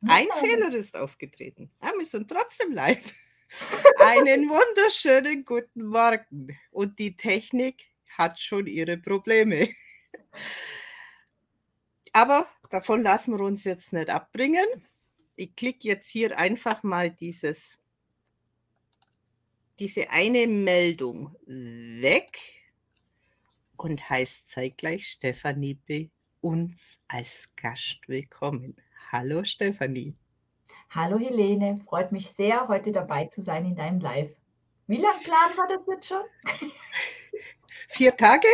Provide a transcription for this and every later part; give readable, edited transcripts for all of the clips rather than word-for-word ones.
Ein Fehler ist aufgetreten. Ja, wir sind trotzdem live. Einen wunderschönen guten Morgen. Und die Technik hat schon ihre Probleme. Aber davon lassen wir uns jetzt nicht abbringen. Ich klicke jetzt hier einfach mal diese eine Meldung weg und heißt zeitgleich Stefanie bei uns als Gast willkommen. Hallo Stefanie. Hallo Helene, freut mich sehr, heute dabei zu sein in deinem Live. Wie lang planen wir das jetzt schon? 4 Tage?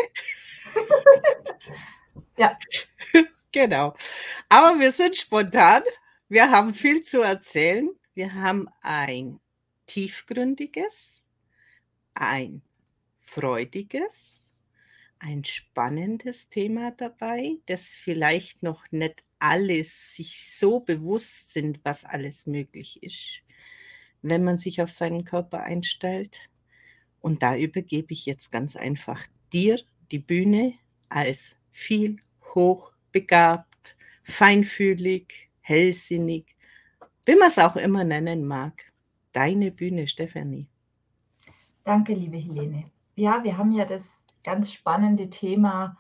Ja. Genau. Aber wir sind spontan. Wir haben viel zu erzählen. Wir haben ein tiefgründiges, ein freudiges, ein spannendes Thema dabei, das vielleicht noch nicht alle sich so bewusst sind, was alles möglich ist, wenn man sich auf seinen Körper einstellt. Und da übergebe ich jetzt ganz einfach dir die Bühne als viel hochbegabt, feinfühlig, hellsinnig, wie man es auch immer nennen mag. Deine Bühne, Stefanie. Danke, liebe Helene. Ja, wir haben ja das ganz spannende Thema,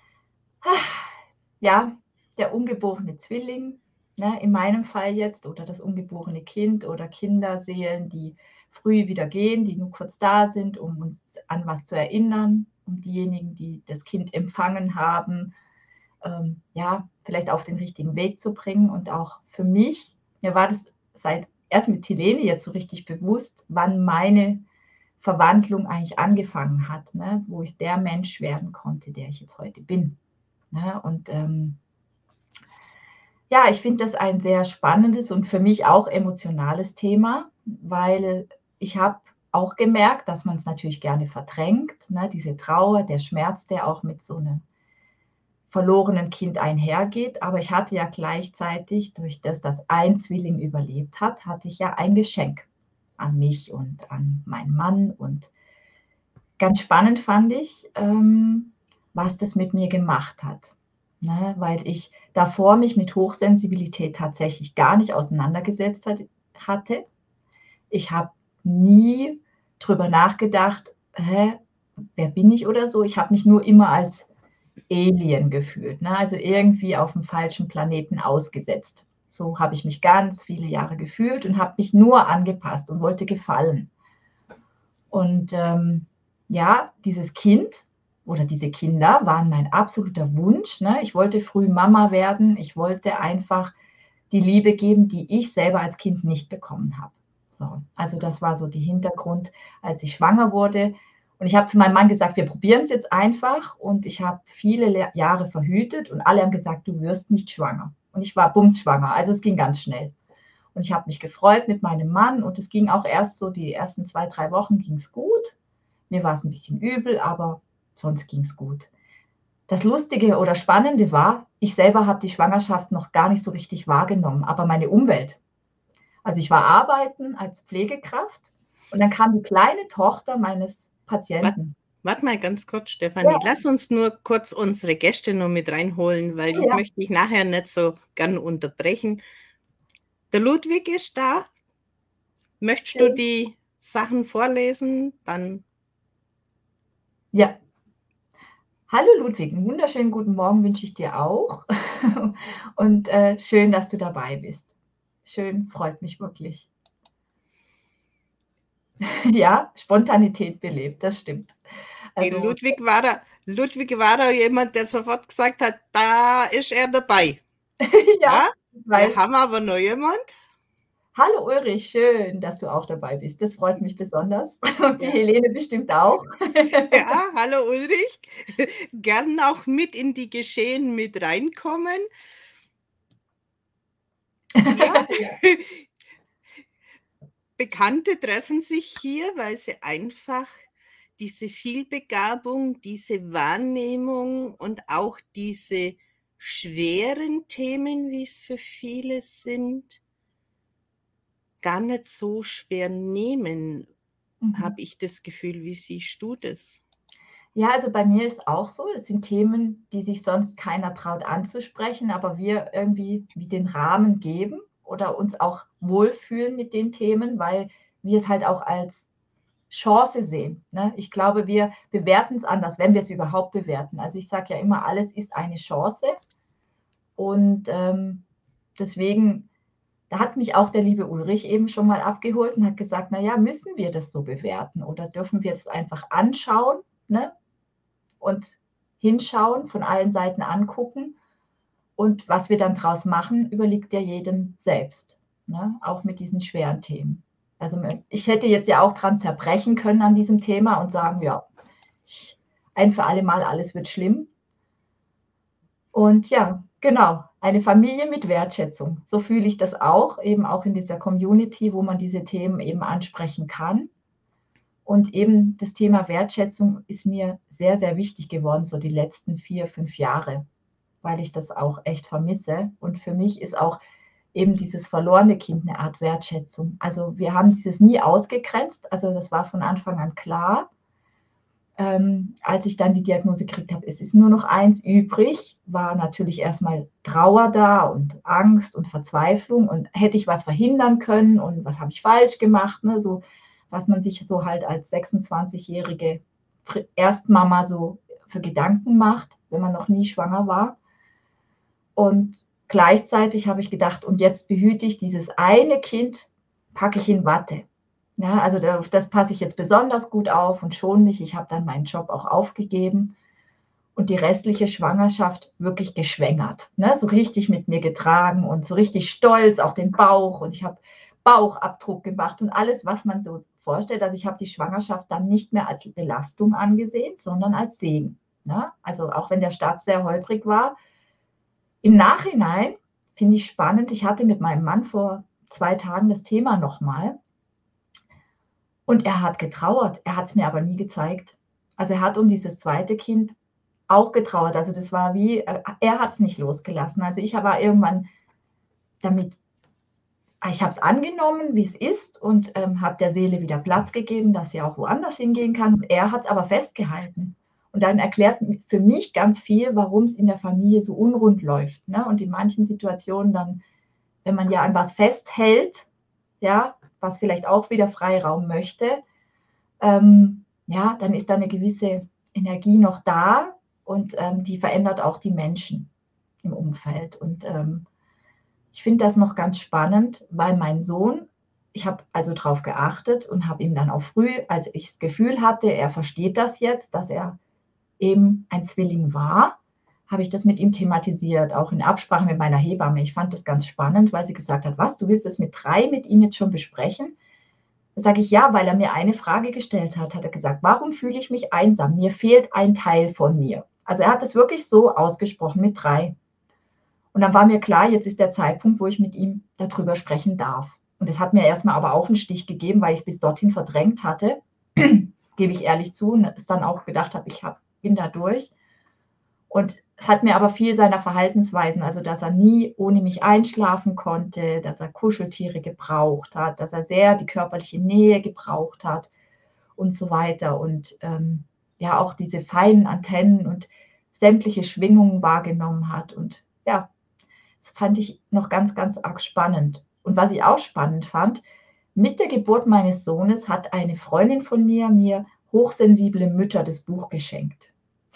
ja, der ungeborene Zwilling, ne, in meinem Fall jetzt, oder das ungeborene Kind oder Kinderseelen, die früh wieder gehen, die nur kurz da sind, um uns an was zu erinnern, um diejenigen, die das Kind empfangen haben, ja, vielleicht auf den richtigen Weg zu bringen. Und auch für mich, mir war das erst mit Helene jetzt so richtig bewusst, wann meine Verwandlung eigentlich angefangen hat, ne, wo ich der Mensch werden konnte, der ich jetzt heute bin. Ne? Und ja, ich finde das ein sehr spannendes und für mich auch emotionales Thema, weil ich habe auch gemerkt, dass man es natürlich gerne verdrängt, ne, diese Trauer, der Schmerz, der auch mit so einem verlorenen Kind einhergeht. Aber ich hatte ja gleichzeitig, durch das ein Zwilling überlebt hat, hatte ich ja ein Geschenk an mich und an meinen Mann. Und ganz spannend fand ich, was das mit mir gemacht hat. Ne? Weil ich davor mich mit Hochsensibilität tatsächlich gar nicht auseinandergesetzt hatte. Ich habe nie drüber nachgedacht, wer bin ich oder so. Ich habe mich nur immer als Alien gefühlt, ne? Also irgendwie auf dem falschen Planeten ausgesetzt. So habe ich mich ganz viele Jahre gefühlt und habe mich nur angepasst und wollte gefallen. Und ja, dieses Kind oder diese Kinder waren mein absoluter Wunsch. Ne? Ich wollte früh Mama werden. Ich wollte einfach die Liebe geben, die ich selber als Kind nicht bekommen habe. So, also das war so der Hintergrund, als ich schwanger wurde. Und ich habe zu meinem Mann gesagt, wir probieren es jetzt einfach. Und ich habe viele Jahre verhütet und alle haben gesagt, du wirst nicht schwanger. Und ich war bumsschwanger, also es ging ganz schnell. Und ich habe mich gefreut mit meinem Mann und es ging auch erst so, die ersten 2, 3 Wochen ging es gut. Mir war es ein bisschen übel, aber sonst ging es gut. Das Lustige oder Spannende war, ich selber habe die Schwangerschaft noch gar nicht so richtig wahrgenommen, aber meine Umwelt. Also ich war arbeiten als Pflegekraft und dann kam die kleine Tochter meines Patienten. Warte mal ganz kurz, Ja, Stefanie. Lass uns nur kurz unsere Gäste noch mit reinholen, weil ich ja. möchte dich nachher nicht so gern unterbrechen. Der Ludwig ist da. Möchtest du die Sachen vorlesen? Dann. Ja. Hallo Ludwig, einen wunderschönen guten Morgen wünsche ich dir auch. Und schön, dass du dabei bist. Schön, freut mich wirklich. Ja, Spontanität belebt, das stimmt. Also Ludwig war da jemand, der sofort gesagt hat, da ist er dabei. ja, Ja? Wir weil haben aber noch jemand. hallo Ulrich, schön, dass du auch dabei bist. Das freut mich besonders und die Ja, Helene bestimmt auch. ja, hallo Ulrich. Gern auch mit in die Geschehen mit reinkommen. Ja, Ja. Bekannte treffen sich hier, weil sie einfach diese Vielbegabung, diese Wahrnehmung und auch diese schweren Themen, wie es für viele sind, gar nicht so schwer nehmen, Mhm. habe ich das Gefühl. Wie siehst du das? Ja, also bei mir ist auch so, es sind Themen, die sich sonst keiner traut anzusprechen, aber wir irgendwie wie den Rahmen geben oder uns auch wohlfühlen mit den Themen, weil wir es halt auch als Chance sehen. Ne? Ich glaube, wir bewerten es anders, wenn wir es überhaupt bewerten. Also ich sage ja immer, alles ist eine Chance. Und deswegen, da hat mich auch der liebe Ulrich eben schon mal abgeholt und hat gesagt, naja, müssen wir das so bewerten oder dürfen wir das einfach anschauen, ne? Und hinschauen, von allen Seiten angucken. Und was wir dann draus machen, überlegt ja jedem selbst, ne? Auch mit diesen schweren Themen. Also ich hätte jetzt ja auch dran zerbrechen können an diesem Thema und sagen, ja, ein für alle Mal, alles wird schlimm. Und ja, genau, eine Familie mit Wertschätzung. So fühle ich das auch, eben auch in dieser Community, wo man diese Themen eben ansprechen kann. Und eben das Thema Wertschätzung ist mir sehr, sehr wichtig geworden, so die letzten 4, 5 Jahre, weil ich das auch echt vermisse. Und für mich ist auch eben dieses verlorene Kind eine Art Wertschätzung. Also wir haben dieses nie ausgegrenzt, also das war von Anfang an klar. Als ich dann die Diagnose gekriegt habe, es ist nur noch eins übrig, war natürlich erstmal Trauer da und Angst und Verzweiflung und hätte ich was verhindern können und was habe ich falsch gemacht, ne? So, was man sich so halt als 26-jährige Erstmama so für Gedanken macht, wenn man noch nie schwanger war. Und gleichzeitig habe ich gedacht, und jetzt behüte ich dieses eine Kind, packe ich in Watte. Ja, also das passe ich jetzt besonders gut auf und schone mich. Ich habe dann meinen Job auch aufgegeben und die restliche Schwangerschaft wirklich geschwängert. Ne? So richtig mit mir getragen und so richtig stolz auf den Bauch. Und ich habe Bauchabdruck gemacht und alles, was man so vorstellt. Also ich habe die Schwangerschaft dann nicht mehr als Belastung angesehen, sondern als Segen. Ne? Also auch wenn der Start sehr holprig war. Im Nachhinein finde ich spannend, ich hatte mit meinem Mann vor 2 Tagen das Thema nochmal. Und er hat getrauert. Er hat es mir aber nie gezeigt. Also er hat um dieses zweite Kind auch getrauert. Also das war wie, er hat es nicht losgelassen. Also ich war irgendwann damit, ich habe es angenommen, wie es ist und habe der Seele wieder Platz gegeben, dass sie auch woanders hingehen kann. Er hat es aber festgehalten. Und dann erklärt für mich ganz viel, warum es in der Familie so unrund läuft. Ne? Und in manchen Situationen dann, wenn man ja an was festhält, ja, was vielleicht auch wieder Freiraum möchte, ja, dann ist da eine gewisse Energie noch da und die verändert auch die Menschen im Umfeld. Und ich finde das noch ganz spannend, weil mein Sohn, ich habe also darauf geachtet und habe ihm dann auch früh, als ich das Gefühl hatte, er versteht das jetzt, dass er eben ein Zwilling war, habe ich das mit ihm thematisiert, auch in Absprache mit meiner Hebamme. Ich fand das ganz spannend, weil sie gesagt hat, was, du willst das mit 3 mit ihm jetzt schon besprechen? Da sage ich ja, weil er mir eine Frage gestellt hat. Hat er gesagt, warum fühle ich mich einsam? Mir fehlt ein Teil von mir. Also er hat es wirklich so ausgesprochen mit 3. Und dann war mir klar, jetzt ist der Zeitpunkt, wo ich mit ihm darüber sprechen darf. Und das hat mir erstmal aber auch einen Stich gegeben, weil ich es bis dorthin verdrängt hatte, gebe ich ehrlich zu, und es dann auch gedacht habe, bin da durch. Und es hat mir aber viel seiner Verhaltensweisen, also dass er nie ohne mich einschlafen konnte, dass er Kuscheltiere gebraucht hat, dass er sehr die körperliche Nähe gebraucht hat und so weiter. Und ja, auch diese feinen Antennen und sämtliche Schwingungen wahrgenommen hat. Und ja, das fand ich noch ganz, ganz arg spannend. Und was ich auch spannend fand, mit der Geburt meines Sohnes hat eine Freundin von mir Hochsensible Mütter das Buch geschenkt.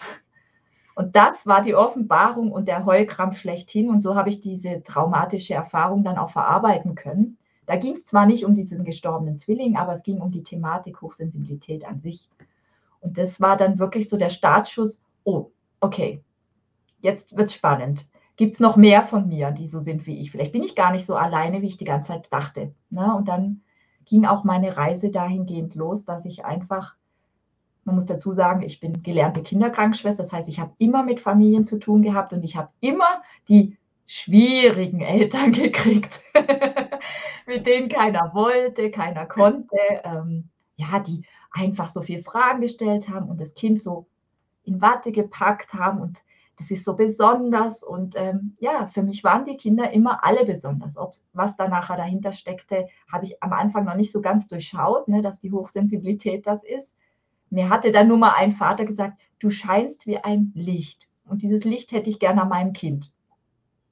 Und das war die Offenbarung und der Heulkrampf schlechthin. Und so habe ich diese traumatische Erfahrung dann auch verarbeiten können. Da ging es zwar nicht um diesen gestorbenen Zwilling, aber es ging um die Thematik Hochsensibilität an sich. Und das war dann wirklich so der Startschuss. Oh, okay, jetzt wird es spannend. Gibt es noch mehr von mir, die so sind wie ich? Vielleicht bin ich gar nicht so alleine, wie ich die ganze Zeit dachte. Ne? Und dann ging auch meine Reise dahingehend los, dass ich einfach, man muss dazu sagen, ich bin gelernte Kinderkrankenschwester, das heißt, ich habe immer mit Familien zu tun gehabt und ich habe immer die schwierigen Eltern gekriegt, mit denen keiner wollte, keiner konnte, ja, die einfach so viele Fragen gestellt haben und das Kind so in Watte gepackt haben und das ist so besonders und ja, für mich waren die Kinder immer alle besonders. Was da nachher dahinter steckte, habe ich am Anfang noch nicht so ganz durchschaut, ne, dass die Hochsensibilität das ist. Mir hatte dann nur mal ein Vater gesagt, du scheinst wie ein Licht und dieses Licht hätte ich gerne an meinem Kind.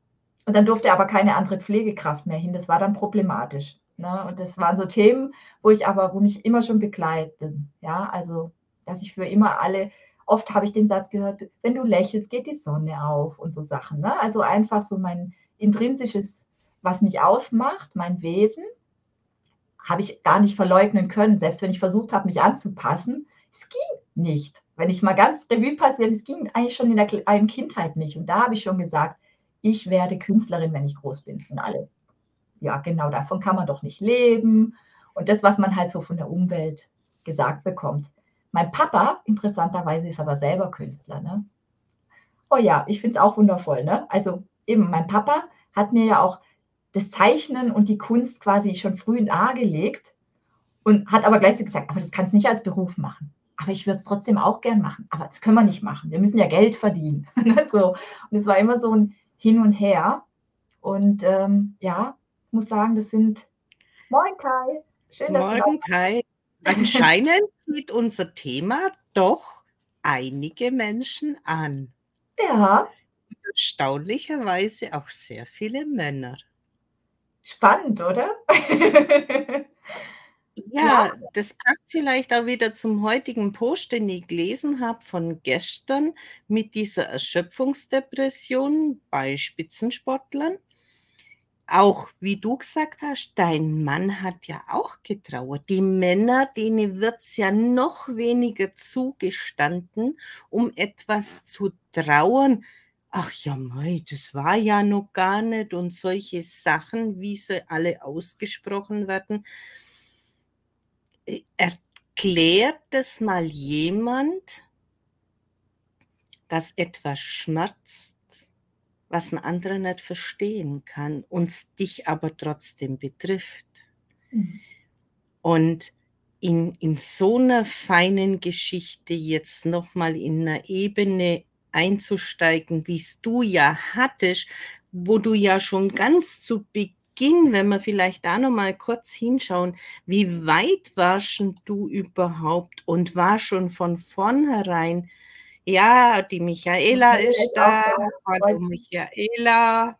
Und dann durfte aber keine andere Pflegekraft mehr hin. Das war dann problematisch, ne? Und das waren so Themen, wo mich immer schon begleiten, ja? Also, dass ich für immer alle oft habe ich den Satz gehört: „Wenn du lächelst, geht die Sonne auf“ und so Sachen, ne? Also, einfach so mein intrinsisches, was mich ausmacht, mein Wesen, habe ich gar nicht verleugnen können, selbst wenn ich versucht habe, mich anzupassen. Es ging nicht. Wenn ich mal ganz Revue passiert, es ging eigentlich schon in der kleinen Kindheit nicht. Und da habe ich schon gesagt, ich werde Künstlerin, wenn ich groß bin. Und alle, ja, genau, davon kann man doch nicht leben. Und das, was man halt so von der Umwelt gesagt bekommt. Mein Papa, interessanterweise, ist aber selber Künstler. Ne? Oh ja, ich finde es auch wundervoll. Ne? Also eben, mein Papa hat mir ja auch das Zeichnen und die Kunst quasi schon früh nahegelegt und hat aber gleichzeitig gesagt: „Aber das kannst du nicht als Beruf machen.“ Aber ich würde es trotzdem auch gern machen. Aber das können wir nicht machen. Wir müssen ja Geld verdienen. Ne, so. Und es war immer so ein Hin und Her. Und, ja, ich muss sagen, das sind moin Kai, schön, dass du da Morgen, Kai. Anscheinend zieht unser Thema doch einige Menschen an. ja, Erstaunlicherweise auch sehr viele Männer. spannend, oder? Ja, Ja, das passt vielleicht auch wieder zum heutigen Post, den ich gelesen habe von gestern mit dieser Erschöpfungsdepression bei Spitzensportlern. Auch wie du gesagt hast, dein Mann hat ja auch getrauert. Die Männer, denen wird's ja noch weniger zugestanden, um etwas zu trauern. Ach ja, mei, das war ja noch gar nicht und solche Sachen, wie sie alle ausgesprochen werden. Erklärt das mal jemand, dass etwas schmerzt, was ein anderer nicht verstehen kann, uns dich aber trotzdem betrifft. mhm. Und in so einer feinen Geschichte jetzt noch mal in einer Ebene einzusteigen, wie es du ja hattest, wo du ja schon ganz zu Beginn, wenn wir vielleicht da noch mal kurz hinschauen, wie weit warst 'n du überhaupt und war schon von vornherein: „Ja, die Michaela Michaela ist ist auch da. da, Hallo freut mich. Michaela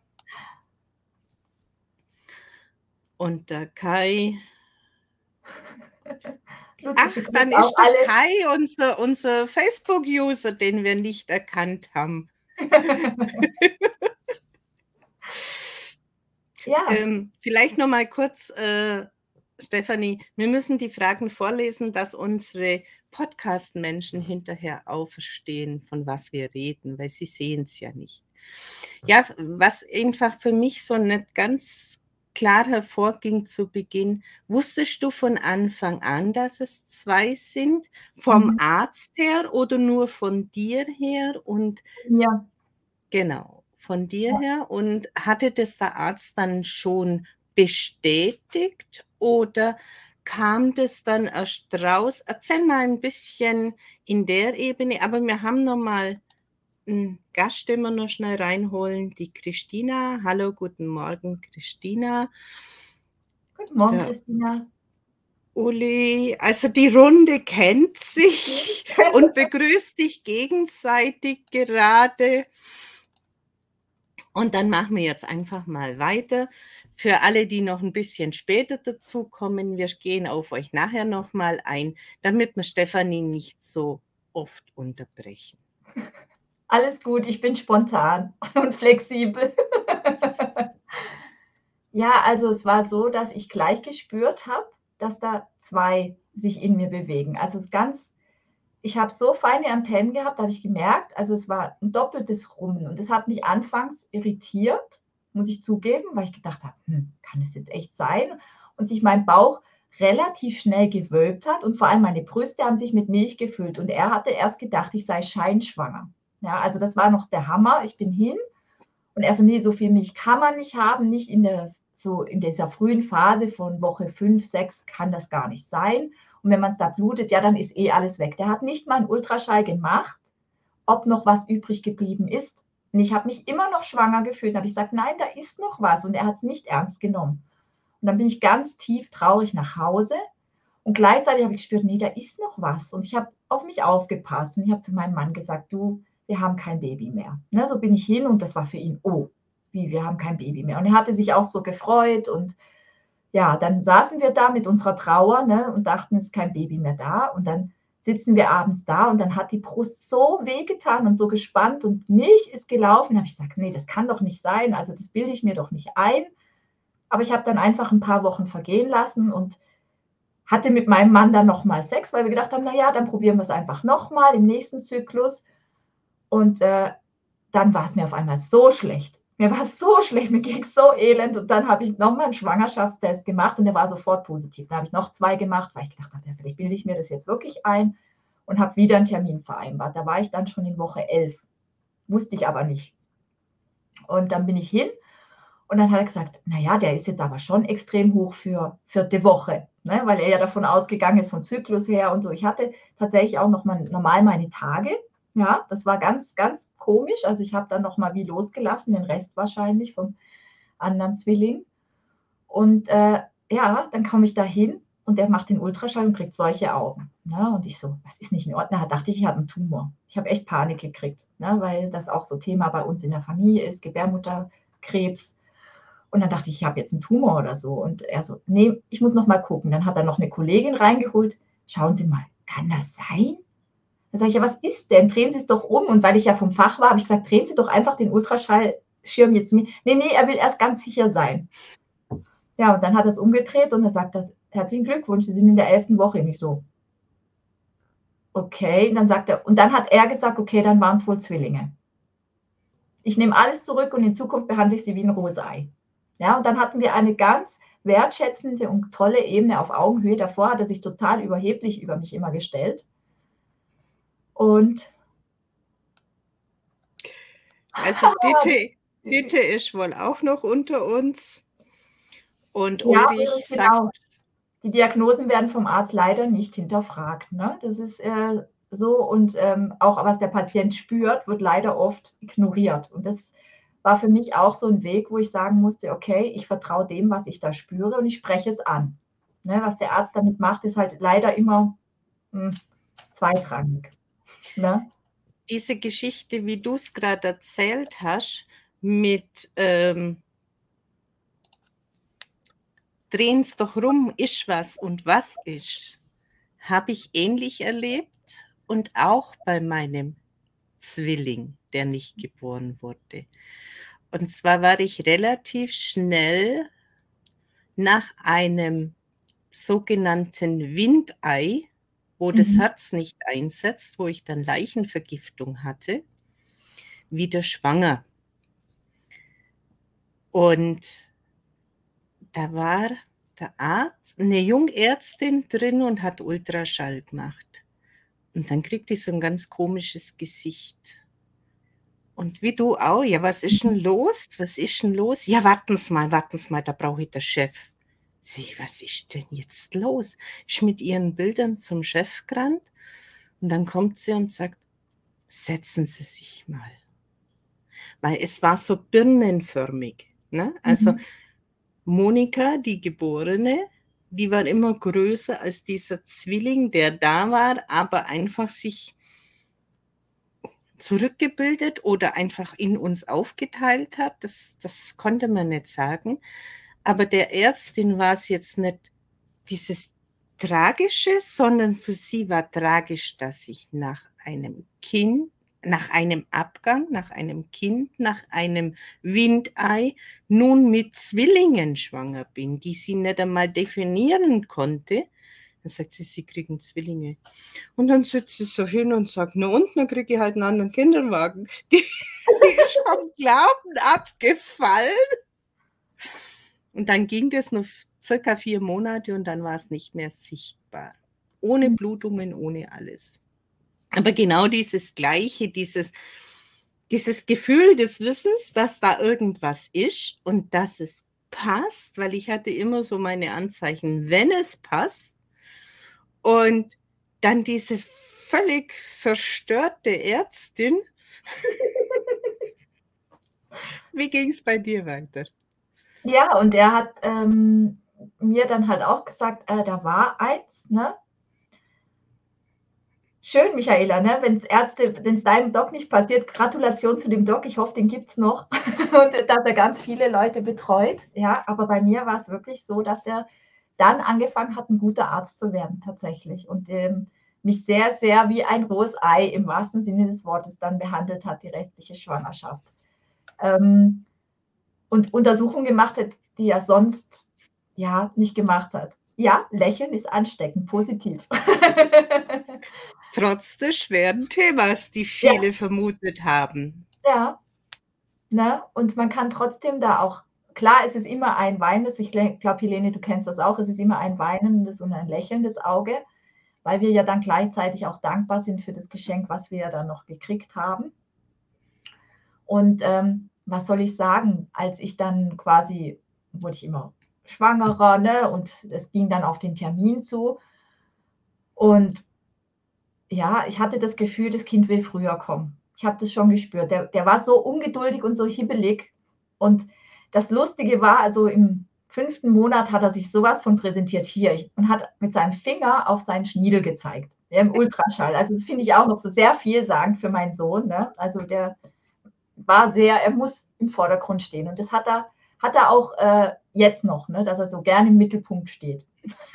und der Kai.“ Ludwig Ach, dann begrüßt auch ist der alle. Kai unser Facebook-User, den wir nicht erkannt haben. Ja, Vielleicht noch mal kurz, Stefanie, wir müssen die Fragen vorlesen, dass unsere Podcast-Menschen hinterher auch verstehen, von was wir reden, weil sie sehen es ja nicht. Ja, was einfach für mich so nicht ganz klar hervorging zu Beginn, wusstest du von Anfang an, dass es 2 sind, vom mhm, Arzt her oder nur von dir her? Und ja, genau, von dir ja. her. Und hatte das der Arzt dann schon bestätigt oder kam das dann erst raus? Erzähl mal ein bisschen in der Ebene, aber wir haben noch mal 'n Gast, den wir noch schnell reinholen, die Christina. Hallo, guten Morgen, Christina. Guten Morgen, Der Christina. Uli, also die Runde kennt sich und begrüßt dich gegenseitig gerade. Und dann machen wir jetzt einfach mal weiter. Für alle, die noch ein bisschen später dazukommen, wir gehen auf euch nachher noch mal ein, damit wir Stefanie nicht so oft unterbrechen. Alles gut, ich bin spontan und flexibel. Ja, also es war so, dass ich gleich gespürt habe, dass da 2 sich in mir bewegen. Also es ganz ich habe so feine Antennen gehabt, da habe ich gemerkt, also es war 'n doppeltes Rummen und das hat mich anfangs irritiert, muss ich zugeben, weil ich gedacht habe: kann das jetzt echt sein?“ Und sich mein Bauch relativ schnell gewölbt hat und vor allem meine Brüste haben sich mit Milch gefüllt und er hatte erst gedacht, ich sei scheinschwanger. Ja, also das war noch der Hammer. Ich bin hin und er so: „Ne, so viel Milch kann man nicht haben, nicht in dieser frühen Phase von Woche 5, 6 kann das gar nicht sein. Und wenn man's da blutet, ja, dann ist eh alles weg.“ Der hat nicht mal 'n Ultraschall gemacht, ob noch was übrig geblieben ist. Und ich habe mich immer noch schwanger gefühlt. Da habe ich gesagt: „Nein, da ist noch was.“ Und er hat's nicht ernst genommen. Und dann bin ich ganz tief traurig nach Hause und gleichzeitig habe ich gespürt: „Ne, da ist noch was.“ Und ich habe auf mich aufgepasst und ich habe zu meinem Mann gesagt: „Du, wir haben kein Baby mehr.“ Ne, so bin ich hin und das war für ihn: „Oh.“ wie, wir haben kein Baby mehr. Und er hatte sich auch so gefreut und ja, dann saßen wir da mit unserer Trauer, ne, und dachten, es ist kein Baby mehr da. Und dann sitzen wir abends da und dann hat die Brust so wehgetan und so gespannt und Milch ist gelaufen. Da habe ich gesagt, nee, das kann doch nicht sein. Also das bilde ich mir doch nicht ein. Aber ich habe dann einfach ein paar Wochen vergehen lassen und hatte mit meinem Mann dann nochmal Sex, weil wir gedacht haben, na ja, dann probieren wir es einfach nochmal im nächsten Zyklus. Und dann war es mir auf einmal so schlecht. Mir war es so schlecht, mir ging es so elend. Und dann habe ich nochmal einen Schwangerschaftstest gemacht und der war sofort positiv. Da habe ich noch 2 gemacht, weil ich gedacht habe, ja, vielleicht bilde ich mir das jetzt wirklich ein und habe wieder einen Termin vereinbart. Da war ich dann schon in Woche 11, wusste ich aber nicht. Und dann bin ich hin und dann hat er gesagt, naja, der ist jetzt aber schon extrem hoch für 4. Woche, ne? Weil er ja davon ausgegangen ist, vom Zyklus her und so. Ich hatte tatsächlich auch noch mal normal meine Tage. Ja, das war ganz, ganz komisch. Also ich habe dann noch mal wie losgelassen, den Rest wahrscheinlich vom anderen Zwilling. Und ja, dann komme ich da hin und der macht den Ultraschall und kriegt solche Augen. Ne? Und ich so, das ist nicht in Ordnung. Da dachte ich hatte einen Tumor. Ich habe echt Panik gekriegt, ne? Weil das auch so Thema bei uns in der Familie ist, Gebärmutterkrebs. Und dann dachte ich, ich habe jetzt einen Tumor oder so. Und er so, nee, ich muss noch mal gucken. Dann hat er noch eine Kollegin reingeholt. Schauen Sie mal, kann das sein? Dann sage ich, ja, was ist denn? Drehen Sie es doch um. Und weil ich ja vom Fach war, habe ich gesagt, drehen Sie doch einfach den Ultraschallschirm jetzt zu mir. Nee, nee, er will erst ganz sicher sein. Ja, und dann hat er es umgedreht und er sagt, das, herzlichen Glückwunsch, Sie sind in der 11. Woche. Und ich so, okay. Und dann sagt er, und dann hat er gesagt, okay, dann waren es wohl Zwillinge. Ich nehme alles zurück und in Zukunft behandle ich Sie wie ein rohes Ei. Ja, und dann hatten wir eine ganz wertschätzende und tolle Ebene auf Augenhöhe. Davor hat er sich total überheblich über mich immer gestellt. Und Also Ditte ist wohl auch noch unter uns. Und ja, Ulrich genau. sagt, Die Diagnosen werden vom Arzt leider nicht hinterfragt. Ne? Das ist so. Und auch was der Patient spürt, wird leider oft ignoriert. Und das war für mich auch so ein Weg, wo ich sagen musste, okay, ich vertraue dem, was ich da spüre und ich spreche es an. Ne? Was der Arzt damit macht, ist halt leider immer zweitrangig. Ne? diese Geschichte, wie du es gerade erzählt hast, mit drehen's doch rum, ist was und was ist, habe ich ähnlich erlebt und auch bei meinem Zwilling, der nicht geboren wurde. Und zwar war ich relativ schnell nach einem sogenannten Windei, wo das Herz nicht einsetzt, wo ich dann Leichenvergiftung hatte, wieder schwanger. Und da war der Arzt, eine Jungärztin drin und hat Ultraschall gemacht. Und dann kriegte ich so ein ganz komisches Gesicht. Und wie du auch, ja, was ist denn los? Was ist denn los? Ja, warten Sie mal, da brauche ich den Chef. Sie, was ist denn jetzt los? Ist mit ihren Bildern zum Chef gerannt und dann kommt sie und sagt, setzen Sie sich mal. Weil es war so birnenförmig. Ne? Also Monika, die Geborene, die war immer größer als dieser Zwilling, der da war, aber einfach sich zurückgebildet oder einfach in uns aufgeteilt hat. Das konnte man nicht sagen. Aber der Ärztin war es jetzt nicht dieses Tragische, sondern für sie war tragisch, dass ich nach einem Kind, nach einem Abgang, nach einem Kind, nach einem Windei nun mit Zwillingen schwanger bin, die sie nicht einmal definieren konnte. Dann sagt sie, sie kriegen Zwillinge. Und dann sitzt sie so hin und sagt, na und, dann kriege ich halt einen anderen Kinderwagen. Die ist vom Glauben abgefallen. Und dann ging das noch circa 4 Monate und dann war es nicht mehr sichtbar. Ohne Blutungen, ohne alles. Aber genau dieses Gleiche, dieses Gefühl des Wissens, dass da irgendwas ist und dass es passt, weil ich hatte immer so meine Anzeichen, wenn es passt. Und dann diese völlig verstörte Ärztin. Wie ging es bei dir weiter? Ja, und er hat mir dann halt auch gesagt, da war eins, ne? Schön, Michaela, ne? Wenn es deinem Doc nicht passiert, Gratulation zu dem Doc. Ich hoffe, den gibt es noch und dass er ganz viele Leute betreut. Ja, aber bei mir war es wirklich so, dass der dann angefangen hat, ein guter Arzt zu werden, tatsächlich. Und mich sehr, sehr wie ein rohes Ei im wahrsten Sinne des Wortes dann behandelt hat, die restliche Schwangerschaft. Und Untersuchungen gemacht hat, die er sonst ja nicht gemacht hat. Ja, Lächeln ist ansteckend, positiv. Trotz des schweren Themas, die Ja, viele vermutet haben. ja, ne? Und man kann trotzdem da auch, klar, es ist immer ein weinendes, ich glaube, Helene, du kennst das auch, es ist immer ein weinendes und ein lächelndes Auge, weil wir ja dann gleichzeitig auch dankbar sind für das Geschenk, was wir ja dann noch gekriegt haben. Und was soll ich sagen, als ich dann quasi, wurde ich immer schwangerer, ne? Und es ging dann auf den Termin zu. Und ja, ich hatte das Gefühl, das Kind will früher kommen. Ich habe das schon gespürt. Der war so ungeduldig und so hibbelig. Und das Lustige war, also im 5. Monat hat er sich sowas von präsentiert hier und hat mit seinem Finger auf seinen Schniedel gezeigt, ja, im Ultraschall. Also das finde ich auch noch so sehr vielsagend für meinen Sohn. Ne? Also der war sehr, er muss im Vordergrund stehen. Und das hat er auch jetzt noch, ne? Dass er so gerne im Mittelpunkt steht.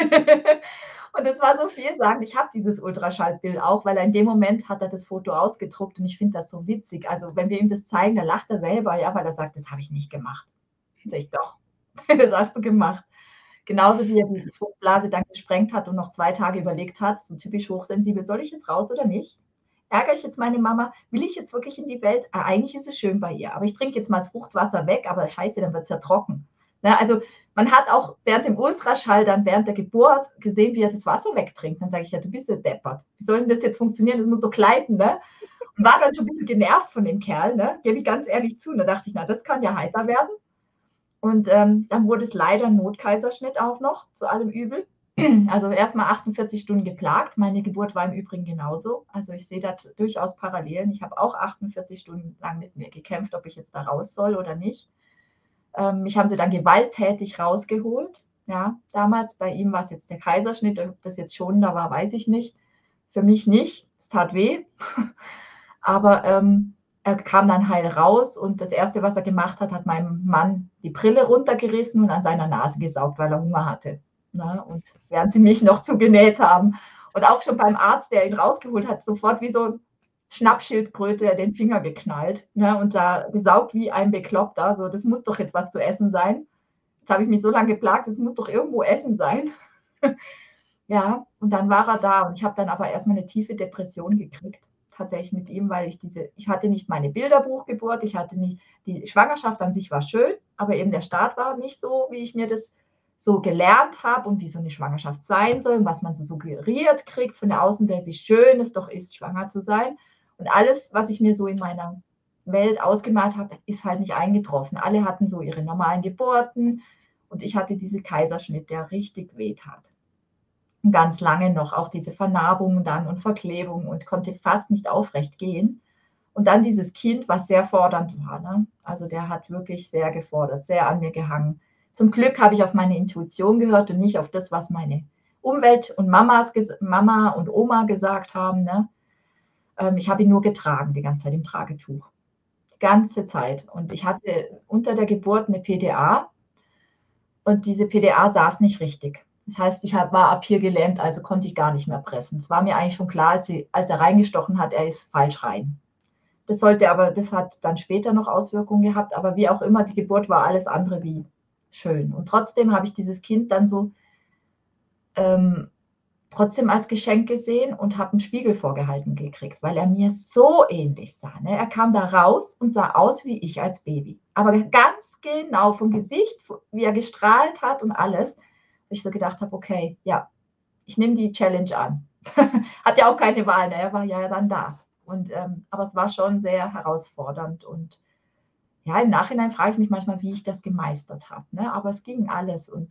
Und es war so vielsagend. Ich habe dieses Ultraschallbild auch, weil er in dem Moment hat er das Foto ausgedruckt und ich finde das so witzig. Also wenn wir ihm das zeigen, dann lacht er selber, ja, weil er sagt, das habe ich nicht gemacht. Sag ich, doch, das hast du gemacht. Genauso wie er die Fruchtblase dann gesprengt hat und noch 2 Tage überlegt hat, so typisch hochsensibel, soll ich jetzt raus oder nicht? Ärgere ich jetzt meine Mama? Will ich jetzt wirklich in die Welt? Eigentlich ist es schön bei ihr, aber ich trinke jetzt mal das Fruchtwasser weg, aber scheiße, dann wird es ja trocken. Ne, also man hat auch während dem Ultraschall dann während der Geburt gesehen, wie er das Wasser wegtrinkt. Dann sage ich, ja, du bist ja deppert. Wie soll denn das jetzt funktionieren? Das muss doch gleiten, ne? Und war dann schon ein bisschen genervt von dem Kerl, ne? Gebe ich ganz ehrlich zu. Und da dachte ich, na, das kann ja heiter werden. Und dann wurde es leider ein Notkaiserschnitt auch noch, zu allem Übel. Also erstmal 48 Stunden geplagt. Meine Geburt war im Übrigen genauso. Also ich sehe da durchaus Parallelen. Ich habe auch 48 Stunden lang mit mir gekämpft, ob ich jetzt da raus soll oder nicht. Mich haben sie dann gewalttätig rausgeholt. Ja, damals bei ihm war es jetzt der Kaiserschnitt. Ob das jetzt schonender war, weiß ich nicht. Für mich nicht. Es tat weh. Aber er kam dann heil raus und das Erste, was er gemacht hat, hat meinem Mann die Brille runtergerissen und an seiner Nase gesaugt, weil er Hunger hatte. Na, und während sie mich noch zugenäht haben. Und auch schon beim Arzt, der ihn rausgeholt hat, sofort wie so ein Schnappschildkröte den Finger geknallt, ne, und da gesaugt wie ein Bekloppter. So, das muss doch jetzt was zu essen sein. Jetzt habe ich mich so lange geplagt, das muss doch irgendwo Essen sein. Ja, und dann war er da und ich habe dann aber erstmal eine tiefe Depression gekriegt, tatsächlich mit ihm, weil ich hatte nicht meine Bilderbuchgeburt, ich hatte nicht, die Schwangerschaft an sich war schön, aber eben der Start war nicht so, wie ich mir das so gelernt habe und wie so eine Schwangerschaft sein soll und was man so suggeriert kriegt von der Außenwelt, wie schön es doch ist, schwanger zu sein. Und alles, was ich mir so in meiner Welt ausgemalt habe, ist halt nicht eingetroffen. Alle hatten so ihre normalen Geburten und ich hatte diesen Kaiserschnitt, der richtig wehtat. Ganz lange noch auch diese Vernarbungen dann und Verklebungen und konnte fast nicht aufrecht gehen. Und dann dieses Kind, was sehr fordernd war. Ne? Also der hat wirklich sehr gefordert, sehr an mir gehangen. Zum Glück habe ich auf meine Intuition gehört und nicht auf das, was meine Umwelt und Mama und Oma gesagt haben. Ne? Ich habe ihn nur getragen, die ganze Zeit im Tragetuch. Die ganze Zeit. Und ich hatte unter der Geburt eine PDA und diese PDA saß nicht richtig. Das heißt, ich war ab hier gelähmt, also konnte ich gar nicht mehr pressen. Es war mir eigentlich schon klar, als er reingestochen hat, er ist falsch rein. Das hat dann später noch Auswirkungen gehabt, aber wie auch immer, die Geburt war alles andere wie schön. Und trotzdem habe ich dieses Kind dann so ähm, trotzdem als Geschenk gesehen und habe einen Spiegel vorgehalten gekriegt, weil er mir so ähnlich sah. Ne? Er kam da raus und sah aus wie ich als Baby. Aber ganz genau vom Gesicht, wie er gestrahlt hat und alles, wo ich so gedacht habe, okay, ja, ich nehme die Challenge an. Hat ja auch keine Wahl, ne? Er war ja dann da. Und, aber es war schon sehr herausfordernd. Und ja, im Nachhinein frage ich mich manchmal, wie ich das gemeistert habe. Ne? Aber es ging alles. Und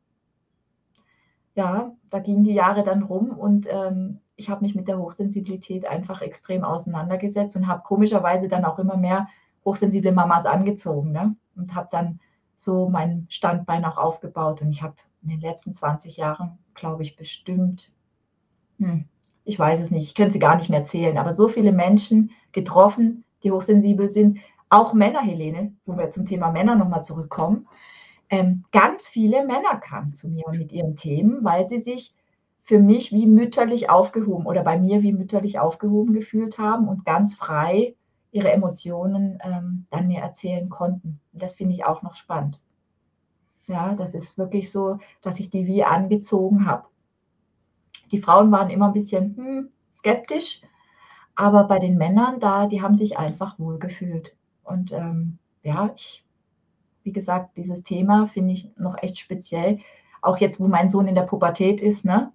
ja, da gingen die Jahre dann rum und ich habe mich mit der Hochsensibilität einfach extrem auseinandergesetzt und habe komischerweise dann auch immer mehr hochsensible Mamas angezogen, ne? Und habe dann so mein Standbein auch aufgebaut. Und ich habe in den letzten 20 Jahren, glaube ich, bestimmt ich weiß es nicht, ich könnte sie gar nicht mehr zählen, aber so viele Menschen getroffen, die hochsensibel sind, auch Männer, Helene, wo wir zum Thema Männer nochmal zurückkommen. Ganz viele Männer kamen zu mir mit ihren Themen, weil sie sich für mich wie mütterlich aufgehoben oder bei mir wie mütterlich aufgehoben gefühlt haben und ganz frei ihre Emotionen dann mir erzählen konnten. Das finde ich auch noch spannend. Ja, das ist wirklich so, dass ich die wie angezogen habe. Die Frauen waren immer ein bisschen skeptisch, aber bei den Männern da, die haben sich einfach wohlgefühlt. Und ja, wie gesagt, dieses Thema finde ich noch echt speziell. Auch jetzt, wo mein Sohn in der Pubertät ist, ne,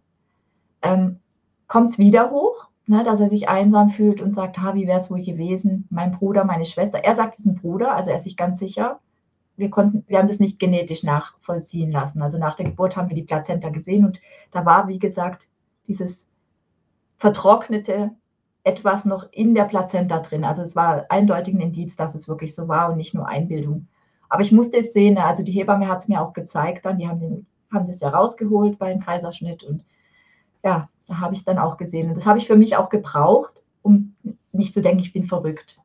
kommt es wieder hoch, ne, dass er sich einsam fühlt und sagt, wie wäre es wohl gewesen? Mein Bruder, meine Schwester. Er sagt, es ist ein Bruder, also er ist sich ganz sicher. Wir haben das nicht genetisch nachvollziehen lassen. Also nach der Geburt haben wir die Plazenta gesehen und da war, wie gesagt, dieses vertrocknete etwas noch in der Plazenta drin. Also es war eindeutig ein Indiz, dass es wirklich so war und nicht nur Einbildung. Aber ich musste es sehen, also die Hebamme hat es mir auch gezeigt dann, die haben das ja rausgeholt beim Kaiserschnitt und ja, da habe ich es dann auch gesehen. Und das habe ich für mich auch gebraucht, um nicht zu denken, ich bin verrückt.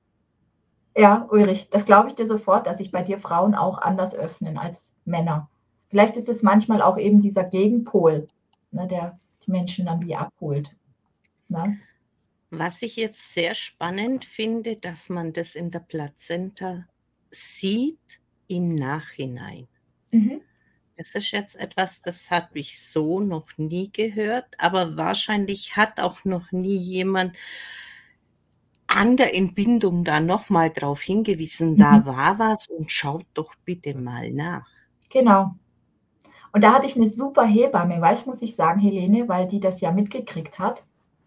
Ja, Ulrich, das glaube ich dir sofort, dass sich bei dir Frauen auch anders öffnen als Männer. Vielleicht ist es manchmal auch eben dieser Gegenpol, ne, der die Menschen dann wie abholt. Ne? Was ich jetzt sehr spannend finde, dass man das in der Plazenta sieht im Nachhinein. Mhm. Das ist jetzt etwas, das habe ich so noch nie gehört, aber wahrscheinlich hat auch noch nie jemand an der Entbindung da nochmal drauf hingewiesen, da war was und schaut doch bitte mal nach. Genau. Und da hatte ich eine super Hebamme, muss ich sagen, Helene, weil die das ja mitgekriegt hat.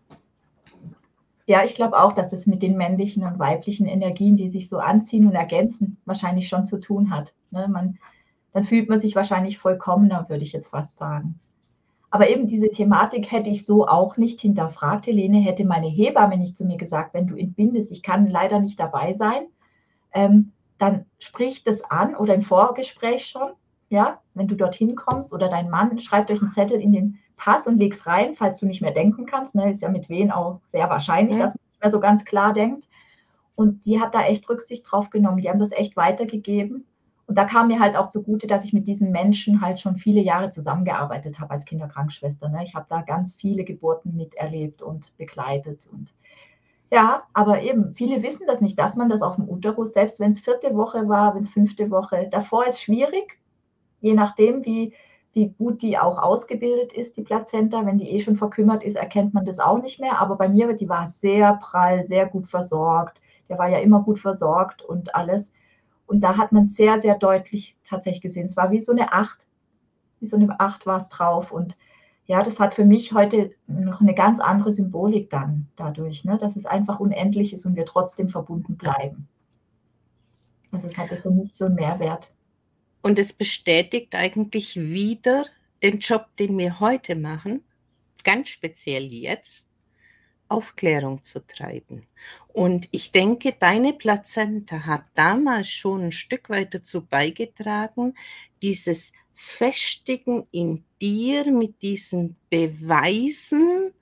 Ja, ich glaube auch, dass es mit den männlichen und weiblichen Energien, die sich so anziehen und ergänzen, wahrscheinlich schon zu tun hat. Ne? Dann fühlt man sich wahrscheinlich vollkommener, würde ich jetzt fast sagen. Aber eben diese Thematik hätte ich so auch nicht hinterfragt, Helene, hätte meine Hebamme nicht zu mir gesagt, wenn du entbindest, ich kann leider nicht dabei sein, dann sprich das an oder im Vorgespräch schon, ja, wenn du dorthin kommst oder dein Mann schreibt euch einen Zettel in den Pass und leg's rein, falls du nicht mehr denken kannst. Ne, ist ja mit Wehen auch sehr wahrscheinlich, dass man nicht mehr so ganz klar denkt. Und die hat da echt Rücksicht drauf genommen. Die haben das echt weitergegeben. Und da kam mir halt auch zugute, dass ich mit diesen Menschen halt schon viele Jahre zusammengearbeitet habe als Kinderkrankschwester. Ne? Ich habe da ganz viele Geburten miterlebt und begleitet. Und ja, aber eben, viele wissen das nicht, dass man das auf dem Uterus, selbst wenn es 4. Woche war, wenn es 5. Woche, davor ist schwierig, je nachdem, wie gut die auch ausgebildet ist, die Plazenta. Wenn die schon verkümmert ist, erkennt man das auch nicht mehr. Aber bei mir, die war sehr prall, sehr gut versorgt. Der war ja immer gut versorgt und alles. Und da hat man sehr, sehr deutlich tatsächlich gesehen. Es war wie so eine 8. Wie so eine 8 war es drauf. Und ja, das hat für mich heute noch eine ganz andere Symbolik dann dadurch, ne? Dass es einfach unendlich ist und wir trotzdem verbunden bleiben. Also es hatte für mich so einen Mehrwert. Und es bestätigt eigentlich wieder den Job, den wir heute machen, ganz speziell jetzt, Aufklärung zu treiben. Und ich denke, deine Plazenta hat damals schon ein Stück weit dazu beigetragen, dieses Festigen in dir mit diesen Beweisen,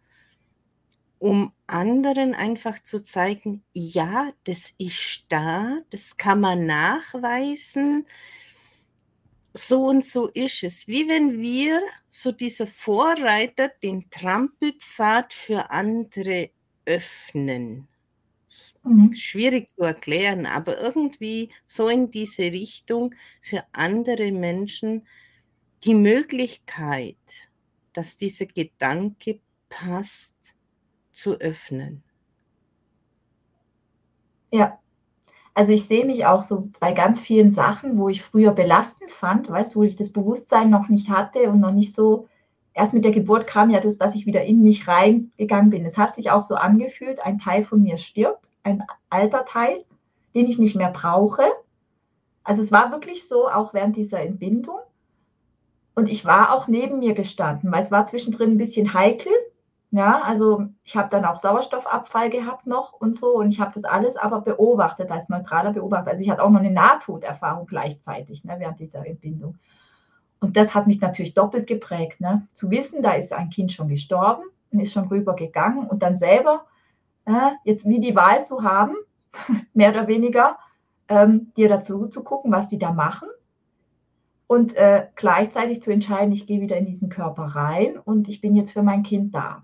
um anderen einfach zu zeigen, ja, das ist da, das kann man nachweisen, so und so ist es. Wie wenn wir so diese Vorreiter den Trampelpfad für andere öffnen. Schwierig zu erklären, aber irgendwie so in diese Richtung für andere Menschen die Möglichkeit, dass dieser Gedanke passt, zu öffnen. Ja, also ich sehe mich auch so bei ganz vielen Sachen, wo ich früher belastend fand, weißt du, wo ich das Bewusstsein noch nicht hatte und noch nicht so, erst mit der Geburt kam ja das, dass ich wieder in mich reingegangen bin. Es hat sich auch so angefühlt, ein Teil von mir stirbt, ein alter Teil, den ich nicht mehr brauche. Also es war wirklich so, auch während dieser Entbindung. Und ich war auch neben mir gestanden, weil es war zwischendrin ein bisschen heikel. Ja, also ich habe dann auch Sauerstoffabfall gehabt noch und so und ich habe das alles aber beobachtet als neutraler Beobachter. Also ich hatte auch noch eine Nahtoderfahrung gleichzeitig, ne, während dieser Entbindung. Und das hat mich natürlich doppelt geprägt, ne? Zu wissen, da ist ein Kind schon gestorben und ist schon rübergegangen und dann selber jetzt wie die Wahl zu haben, mehr oder weniger, dir dazu zu gucken, was die da machen und gleichzeitig zu entscheiden, ich gehe wieder in diesen Körper rein und ich bin jetzt für mein Kind da.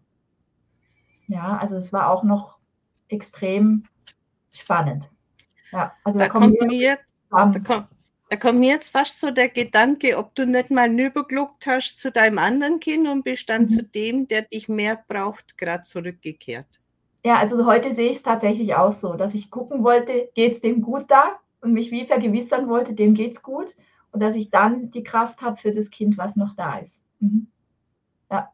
Ja, also es war auch noch extrem spannend. Ja, also da Da kommen kommt mehrere mir jetzt, da zusammen. kommt, da kommt mir jetzt fast so der Gedanke, ob du nicht mal rübergeguckt hast zu deinem anderen Kind und bist dann zu Mhm. dem, der dich mehr braucht, gerade zurückgekehrt. Ja, also heute sehe ich es tatsächlich auch so, dass ich gucken wollte, geht's dem gut da? Und mich wie vergewissern wollte, dem geht's gut. Und dass ich dann die Kraft habe für das Kind, was noch da ist. Mhm. Ja,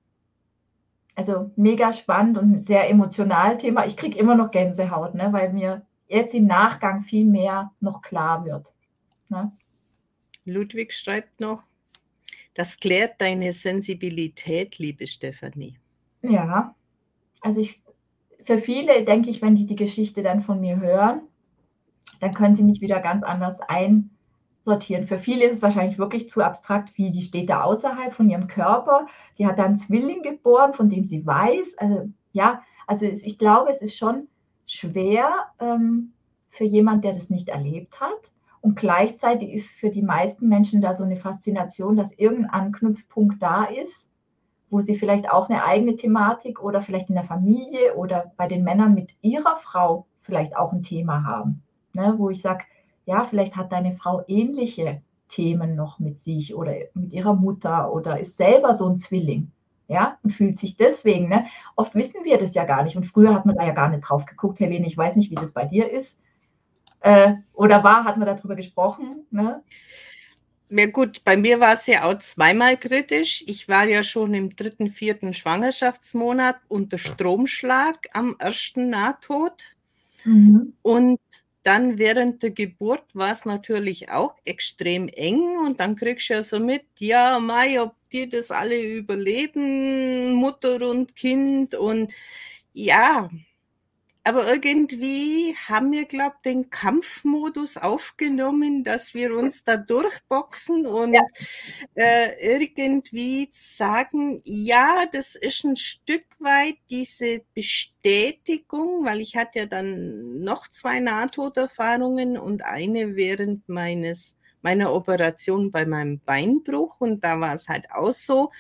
also mega spannend und sehr emotional Thema. Ich kriege immer noch Gänsehaut, ne, weil mir jetzt im Nachgang viel mehr noch klar wird. Ne? Ludwig schreibt noch, das klärt deine Sensibilität, liebe Stefanie. Ja, also für viele denke ich, wenn die Geschichte dann von mir hören, dann können sie mich wieder ganz anders einsortieren. Für viele ist es wahrscheinlich wirklich zu abstrakt, wie die steht da außerhalb von ihrem Körper. Die hat da einen Zwilling geboren, von dem sie weiß. Also, ja, also ich glaube, es ist schon schwer für jemand, der das nicht erlebt hat. Und gleichzeitig ist für die meisten Menschen da so eine Faszination, dass irgendein Anknüpfpunkt da ist, wo sie vielleicht auch eine eigene Thematik oder vielleicht in der Familie oder bei den Männern mit ihrer Frau vielleicht auch ein Thema haben. Ne, wo ich sage, ja, vielleicht hat deine Frau ähnliche Themen noch mit sich oder mit ihrer Mutter oder ist selber so ein Zwilling. Ja, und fühlt sich deswegen, ne? Oft wissen wir das ja gar nicht. Und früher hat man da ja gar nicht drauf geguckt. Helene, ich weiß nicht, wie das bei dir ist. Oder hat man darüber gesprochen? Ne? Ja gut, bei mir war es ja auch zweimal kritisch. Ich war ja schon im 3., 4. Schwangerschaftsmonat unter Stromschlag am ersten Nahtod. Mhm. Und dann während der Geburt war es natürlich auch extrem eng und dann kriegst du ja so mit, ja, Mai, ob die das alle überleben, Mutter und Kind und ja, aber irgendwie haben wir, glaube ich, den Kampfmodus aufgenommen, dass wir uns da durchboxen Ja. und irgendwie sagen, ja, das ist ein Stück weit diese Bestätigung, weil ich hatte ja dann noch 2 Nahtoderfahrungen und eine während meiner Operation bei meinem Beinbruch und da war es halt auch so,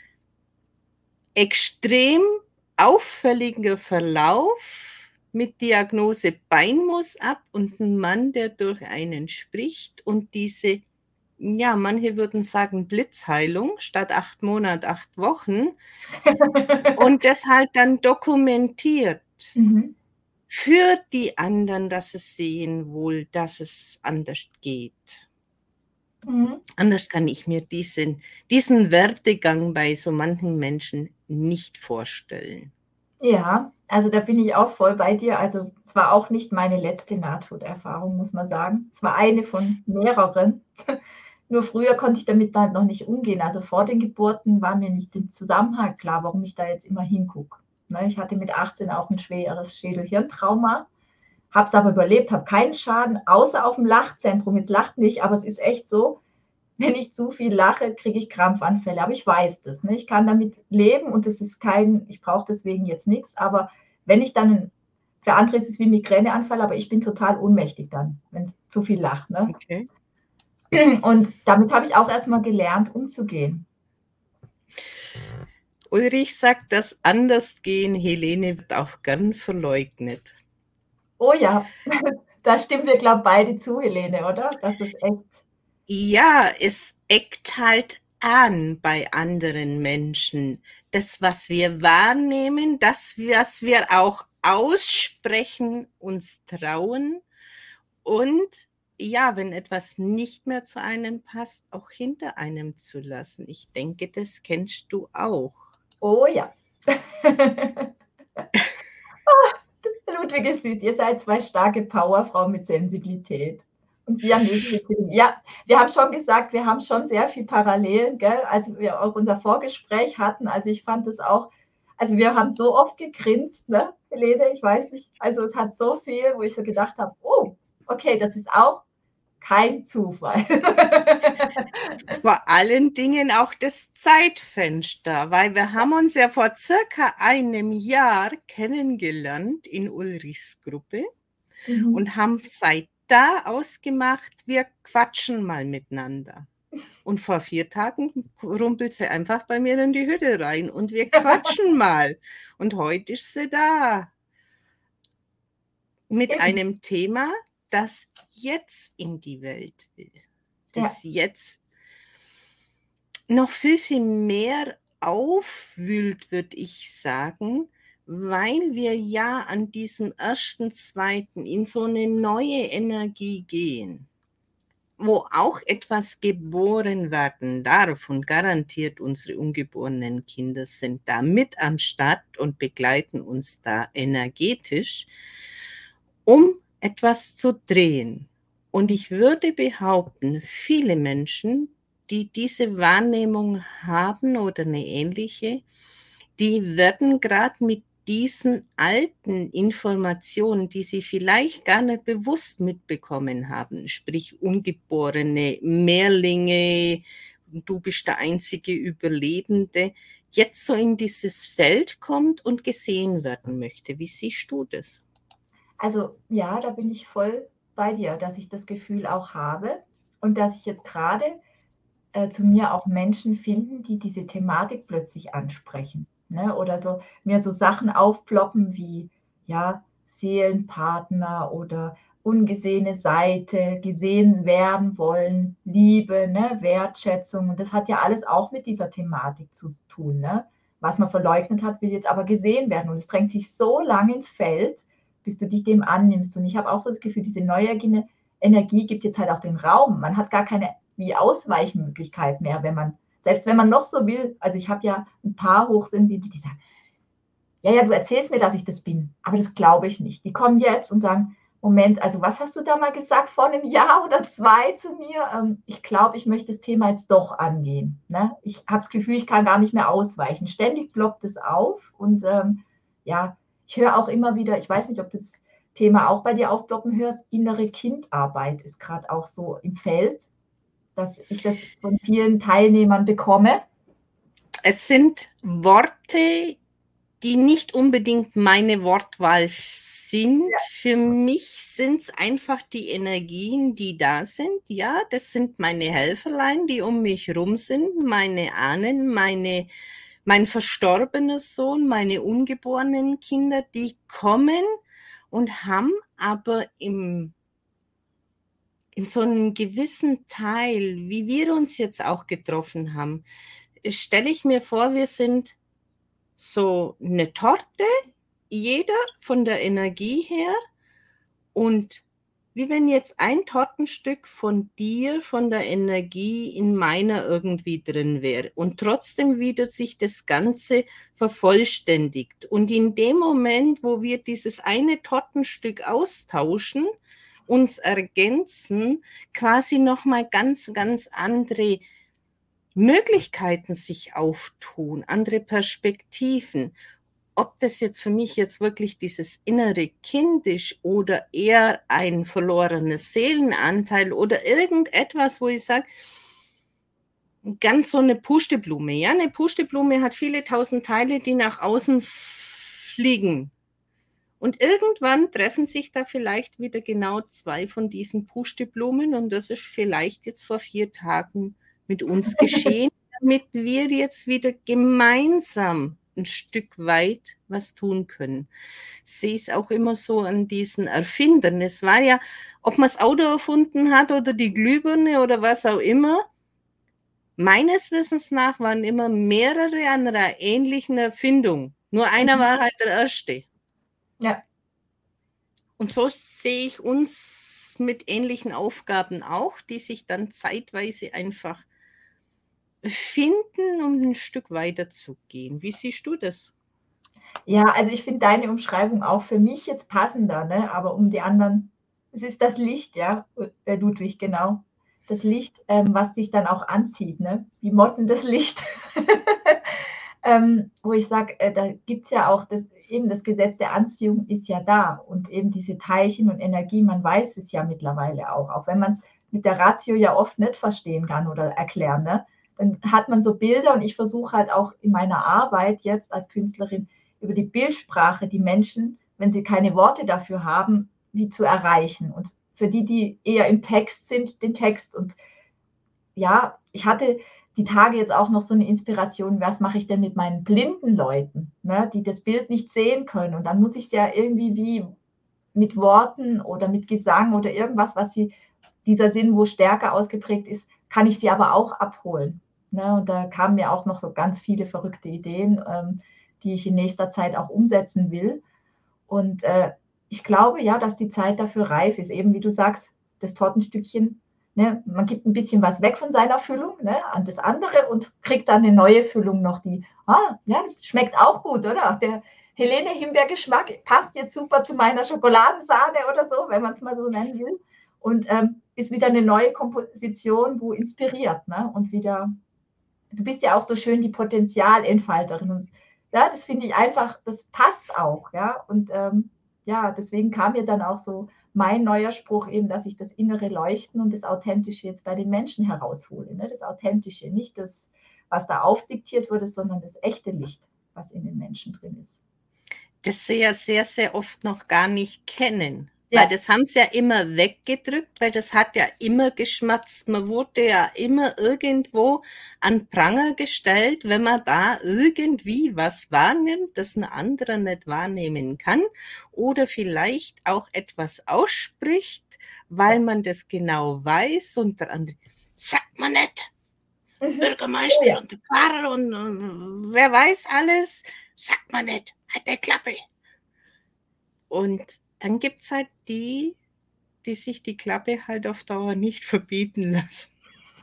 extrem auffälliger Verlauf mit Diagnose Bein muss ab und ein Mann, der durch einen spricht und diese, ja, manche würden sagen Blitzheilung statt 8 Monate, 8 Wochen und das halt dann dokumentiert Mhm. für die anderen, dass es sehen wohl, dass es anders geht. Mhm. Anders kann ich mir diesen Werdegang bei so manchen Menschen nicht vorstellen. Ja, also da bin ich auch voll bei dir. Also es war auch nicht meine letzte Nahtoderfahrung, muss man sagen. Es war eine von mehreren. Nur früher konnte ich damit halt noch nicht umgehen. Also vor den Geburten war mir nicht im Zusammenhang klar, warum ich da jetzt immer hingucke. Ne, ich hatte mit 18 auch ein schweres Schädel-Hirntrauma, habe es aber überlebt, habe keinen Schaden, außer auf dem Lachzentrum. Jetzt lacht nicht, aber es ist echt so, wenn ich zu viel lache, kriege ich Krampfanfälle. Aber ich weiß das. Ne? Ich kann damit leben und es ist ich brauche deswegen jetzt nichts. Aber wenn ich dann, für andere ist es wie ein Migräneanfall, aber ich bin total ohnmächtig dann, wenn es zu viel lacht. Ne? Okay. Und damit habe ich auch erstmal gelernt, umzugehen. Ulrich sagt, das Andersgehen, Helene, wird auch gern verleugnet. Oh ja, da stimmen wir, glaube ich, beide zu, Helene, oder? Das ist echt. Ja, es eckt halt an bei anderen Menschen. Das, was wir wahrnehmen, das, was wir auch aussprechen, uns trauen und ja, wenn etwas nicht mehr zu einem passt, auch hinter einem zu lassen. Ich denke, das kennst du auch. Oh ja. Ludwig ist süß. Ihr seid zwei starke Powerfrauen mit Sensibilität. Und Sie haben ja, wir haben schon gesagt, wir haben schon sehr viel Parallelen, gell, als wir auch unser Vorgespräch hatten. Also ich fand es auch, also wir haben so oft gegrinst, ne, Helene, ich weiß nicht, also es hat so viel, wo ich so gedacht habe, oh, okay, das ist auch kein Zufall. Vor allen Dingen auch das Zeitfenster, weil wir haben uns ja vor circa einem Jahr kennengelernt in Ulrichs Gruppe Mhm. und haben seit da ausgemacht, wir quatschen mal miteinander. Und vor 4 Tagen rumpelt sie einfach bei mir in die Hütte rein und wir quatschen mal. Und heute ist sie da mit Eben, einem Thema, das jetzt in die Welt will, ja. das jetzt noch viel, viel mehr aufwühlt, würde ich sagen, weil wir ja an diesem 1.2. in so eine neue Energie gehen, wo auch etwas geboren werden darf und garantiert unsere ungeborenen Kinder sind da mit am Start und begleiten uns da energetisch, um etwas zu drehen. Und ich würde behaupten, viele Menschen, die diese Wahrnehmung haben oder eine ähnliche, die werden gerade mit diesen alten Informationen, die sie vielleicht gar nicht bewusst mitbekommen haben, sprich ungeborene Mehrlinge, du bist der einzige Überlebende, jetzt so in dieses Feld kommt und gesehen werden möchte. Wie siehst du das? Also ja, da bin ich voll bei dir, dass ich das Gefühl auch habe und dass ich jetzt gerade zu mir auch Menschen finden, die diese Thematik plötzlich ansprechen, ne? Oder so mir so Sachen aufploppen wie, ja, Seelenpartner oder ungesehene Seite, gesehen werden wollen, Liebe, ne, Wertschätzung. Und das hat ja alles auch mit dieser Thematik zu tun, ne? Was man verleugnet hat, will jetzt aber gesehen werden. Und es drängt sich so lange ins Feld, bis du dich dem annimmst. Und ich habe auch so das Gefühl, diese neue Energie gibt jetzt halt auch den Raum. Man hat gar keine wie Ausweichmöglichkeit mehr, wenn man, selbst wenn man noch so will, also ich habe ja ein paar Hochsensible, die sagen, ja, ja, du erzählst mir, dass ich das bin, aber das glaube ich nicht. Die kommen jetzt und sagen, Moment, also was hast du da mal gesagt vor einem Jahr oder 2 zu mir? Ich glaube, ich möchte das Thema jetzt doch angehen. Ne? Ich habe das Gefühl, ich kann gar nicht mehr ausweichen. Ständig ploppt es auf und ja, ich höre auch immer wieder, ich weiß nicht, ob das Thema auch bei dir aufploppen hörst, innere Kindarbeit ist gerade auch so im Feld, dass ich das von vielen Teilnehmern bekomme. Es sind Worte, die nicht unbedingt meine Wortwahl sind. Für mich sind es einfach die Energien, die da sind. Ja, das sind meine Helferlein, die um mich rum sind, meine Ahnen, mein verstorbener Sohn, meine ungeborenen Kinder, die kommen und haben aber in so einem gewissen Teil, wie wir uns jetzt auch getroffen haben, stelle ich mir vor, wir sind so eine Torte, jeder von der Energie her und wie wenn jetzt ein Tortenstück von dir, von der Energie in meiner irgendwie drin wäre und trotzdem wieder sich das Ganze vervollständigt. Und in dem Moment, wo wir dieses eine Tortenstück austauschen, uns ergänzen, quasi nochmal ganz, ganz andere Möglichkeiten sich auftun, andere Perspektiven. Ob das jetzt für mich jetzt wirklich dieses innere Kind ist oder eher ein verlorener Seelenanteil oder irgendetwas, wo ich sage, ganz so eine Pusteblume. Ja, eine Pusteblume hat viele tausend Teile, die nach außen fliegen. Und irgendwann treffen sich da vielleicht wieder genau 2 von diesen Pusteblumen und das ist vielleicht jetzt vor 4 Tagen mit uns geschehen, damit wir jetzt wieder gemeinsam ein Stück weit was tun können. Ich sehe es auch immer so an diesen Erfindern. Es war ja, ob man das Auto erfunden hat oder die Glühbirne oder was auch immer, meines Wissens nach waren immer mehrere an einer ähnlichen Erfindung. Nur einer war halt der Erste. Ja. Und so sehe ich uns mit ähnlichen Aufgaben auch, die sich dann zeitweise einfach finden, um ein Stück weiterzugehen. Wie siehst du das? Ja, also ich finde deine Umschreibung auch für mich jetzt passender, ne? Aber um die anderen, es ist das Licht, ja, Ludwig, genau. Das Licht, was sich dann auch anzieht, ne? Wie Motten das Licht. Wo ich sage, da gibt es ja auch das, eben das Gesetz der Anziehung ist ja da und eben diese Teilchen und Energie, man weiß es ja mittlerweile auch wenn man es mit der Ratio ja oft nicht verstehen kann oder erklären, ne? Dann hat man so Bilder und ich versuche halt auch in meiner Arbeit jetzt als Künstlerin über die Bildsprache die Menschen, wenn sie keine Worte dafür haben, wie zu erreichen. Und für die, die eher im Text sind, den Text. Und ja, ich hatte die Tage jetzt auch noch so eine Inspiration, was mache ich denn mit meinen blinden Leuten, ne, die das Bild nicht sehen können. Und dann muss ich es ja irgendwie wie mit Worten oder mit Gesang oder irgendwas, was sie, dieser Sinn, wo stärker ausgeprägt ist, kann ich sie aber auch abholen. Ne? Und da kamen mir auch noch so ganz viele verrückte Ideen, die ich in nächster Zeit auch umsetzen will. Und ich glaube ja, dass die Zeit dafür reif ist. Eben wie du sagst, das Tortenstückchen, ne? Man gibt ein bisschen was weg von seiner Füllung, ne, an das andere und kriegt dann eine neue Füllung noch, die, ja, das schmeckt auch gut, oder? Der Helene Himbeergeschmack passt jetzt super zu meiner Schokoladensahne oder so, wenn man es mal so nennen will. Und ist wieder eine neue Komposition, wo inspiriert, ne? Und wieder, du bist ja auch so schön die Potenzialentfalterin. Und ja, das finde ich einfach, das passt auch, ja. Und ja, deswegen kam mir dann auch so mein neuer Spruch eben, dass ich das innere Leuchten und das Authentische jetzt bei den Menschen heraushole. Ne? Das Authentische, nicht das, was da aufdiktiert wurde, sondern das echte Licht, was in den Menschen drin ist. Das sie ja sehr, sehr oft noch gar nicht kennen. Ja. Weil das haben sie ja immer weggedrückt, weil das hat ja immer geschmatzt. Man wurde ja immer irgendwo an Pranger gestellt, wenn man da irgendwie was wahrnimmt, das ein anderer nicht wahrnehmen kann oder vielleicht auch etwas ausspricht, weil man das genau weiß und der andere sagt man nicht. Bürgermeister Oh ja. und der Pfarrer und wer weiß alles, sagt man nicht, hat der Klappe. Und dann gibt es halt die, die sich die Klappe halt auf Dauer nicht verbieten lassen.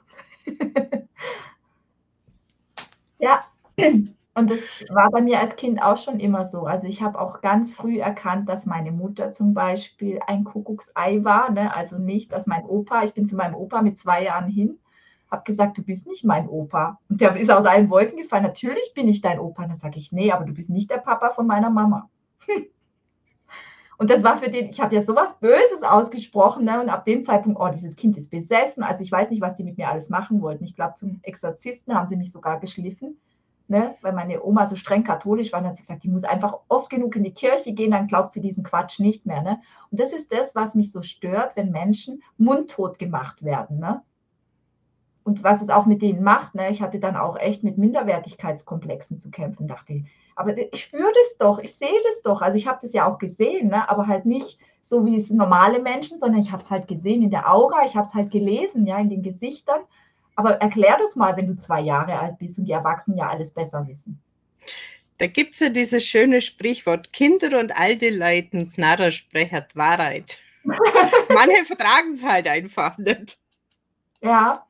Ja, und das war bei mir als Kind auch schon immer so. Also ich habe auch ganz früh erkannt, dass meine Mutter zum Beispiel ein Kuckucksei war, ne? Also nicht, dass mein Opa, ich bin zu meinem Opa mit 2 Jahren hin, habe gesagt, du bist nicht mein Opa. Und der ist aus allen Wolken gefallen. Natürlich bin ich dein Opa. Und dann sage ich, nee, aber du bist nicht der Papa von meiner Mama. Und das war für den, ich habe ja sowas Böses ausgesprochen, ne? Und ab dem Zeitpunkt, oh, dieses Kind ist besessen. Also ich weiß nicht, was die mit mir alles machen wollten. Ich glaube, zum Exorzisten haben sie mich sogar geschliffen, ne? Weil meine Oma so streng katholisch war. Und dann hat sie gesagt, die muss einfach oft genug in die Kirche gehen, dann glaubt sie diesen Quatsch nicht mehr. Ne? Und das ist das, was mich so stört, wenn Menschen mundtot gemacht werden. Ne? Und was es auch mit denen macht, ne? Ich hatte dann auch echt mit Minderwertigkeitskomplexen zu kämpfen, dachte, aber ich spüre das doch, ich sehe das doch. Also ich habe das ja auch gesehen, ne? Aber halt nicht so wie es normale Menschen, sondern ich habe es halt gesehen in der Aura, ich habe es halt gelesen, ja, in den Gesichtern. Aber erklär das mal, wenn du 2 Jahre alt bist und die Erwachsenen ja alles besser wissen. Da gibt es ja dieses schöne Sprichwort, Kinder und alte Leuten, Knarrer sprechen Wahrheit. Manche vertragen es halt einfach nicht. Ja.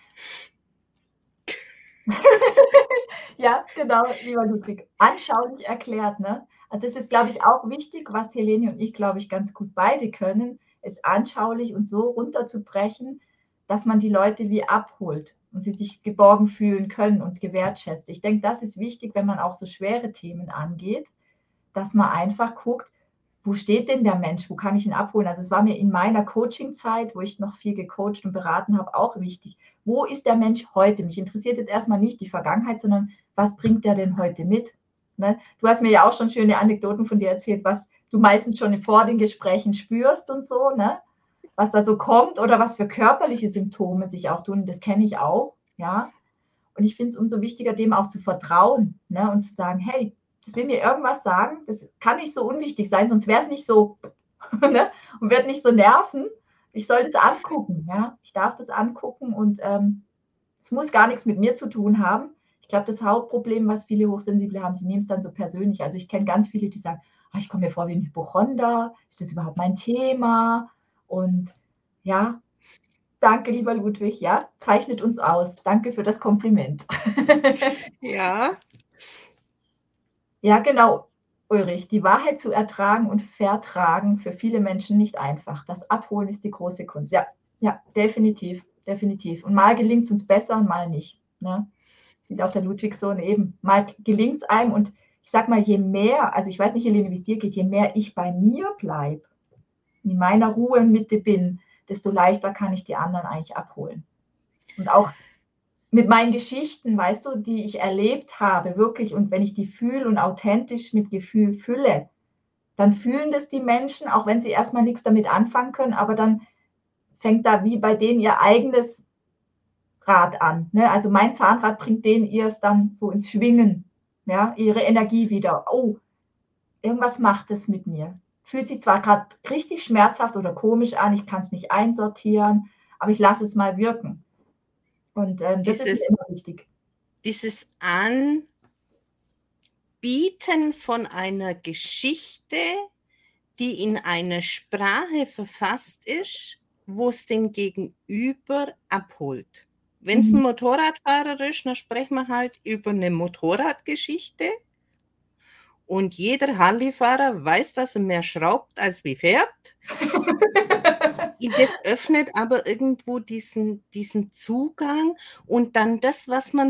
Ja, genau, lieber Ludwig. Anschaulich erklärt, ne? Also das ist, glaube ich, auch wichtig, was Helene und ich, glaube ich, ganz gut beide können, es anschaulich und so runterzubrechen, dass man die Leute wie abholt und sie sich geborgen fühlen können und gewertschätzt. Ich denke, das ist wichtig, wenn man auch so schwere Themen angeht, dass man einfach guckt, wo steht denn der Mensch, wo kann ich ihn abholen? Also es war mir in meiner Coaching-Zeit, wo ich noch viel gecoacht und beraten habe, auch wichtig. Wo ist der Mensch heute? Mich interessiert jetzt erstmal nicht die Vergangenheit, sondern was bringt der denn heute mit? Ne? Du hast mir ja auch schon schöne Anekdoten von dir erzählt, was du meistens schon vor den Gesprächen spürst und so, ne? Was da so kommt oder was für körperliche Symptome sich auch tun, das kenne ich auch, ja. Und ich finde es umso wichtiger, dem auch zu vertrauen, ne? Und zu sagen, hey, das will mir irgendwas sagen, das kann nicht so unwichtig sein, sonst wäre es nicht so ne? Und wird nicht so nerven. Ich soll das angucken, ja. Ich darf das angucken und es muss gar nichts mit mir zu tun haben. Ich glaube, das Hauptproblem, was viele Hochsensible haben, sie nehmen es dann so persönlich. Also ich kenne ganz viele, die sagen, ich komme mir vor wie ein Hypochonder, ist das überhaupt mein Thema? Und ja, danke, lieber Ludwig, ja, zeichnet uns aus. Danke für das Kompliment. Ja. Ja, genau, Ulrich. Die Wahrheit zu ertragen und vertragen für viele Menschen nicht einfach. Das Abholen ist die große Kunst. Ja, ja, definitiv, definitiv. Und mal gelingt es uns besser und mal nicht. Ne? Sieht auch der Ludwig so und eben. Mal gelingt es einem und ich sag mal, je mehr, also ich weiß nicht, Helene, wie es dir geht, je mehr ich bei mir bleibe, in meiner Ruhe und Mitte bin, desto leichter kann ich die anderen eigentlich abholen. Und auch mit meinen Geschichten, weißt du, die ich erlebt habe, wirklich, und wenn ich die fühle und authentisch mit Gefühl fülle, dann fühlen das die Menschen, auch wenn sie erstmal nichts damit anfangen können, aber dann fängt da wie bei denen ihr eigenes Rad an. Ne? Also mein Zahnrad bringt denen erst dann so ins Schwingen, ja, ihre Energie wieder. Oh, irgendwas macht es mit mir. Fühlt sich zwar gerade richtig schmerzhaft oder komisch an, ich kann es nicht einsortieren, aber ich lasse es mal wirken. Und das ist mir immer wichtig. Dieses Anbieten von einer Geschichte, die in einer Sprache verfasst ist, wo es den Gegenüber abholt. Wenn es ein Motorradfahrer ist, dann sprechen wir halt über eine Motorradgeschichte. Und jeder Harley-Fahrer weiß, dass er mehr schraubt als wie fährt. Das öffnet aber irgendwo diesen Zugang und dann das, was man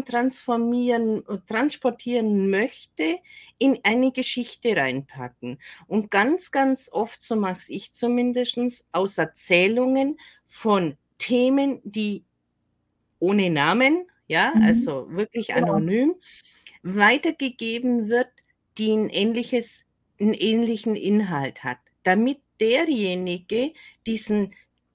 transportieren möchte, in eine Geschichte reinpacken. Und ganz, ganz oft, so mache ich zumindest, aus Erzählungen von Themen, die ohne Namen, ja, also wirklich anonym, weitergegeben wird, die einen ähnlichen Inhalt hat, damit derjenige diesen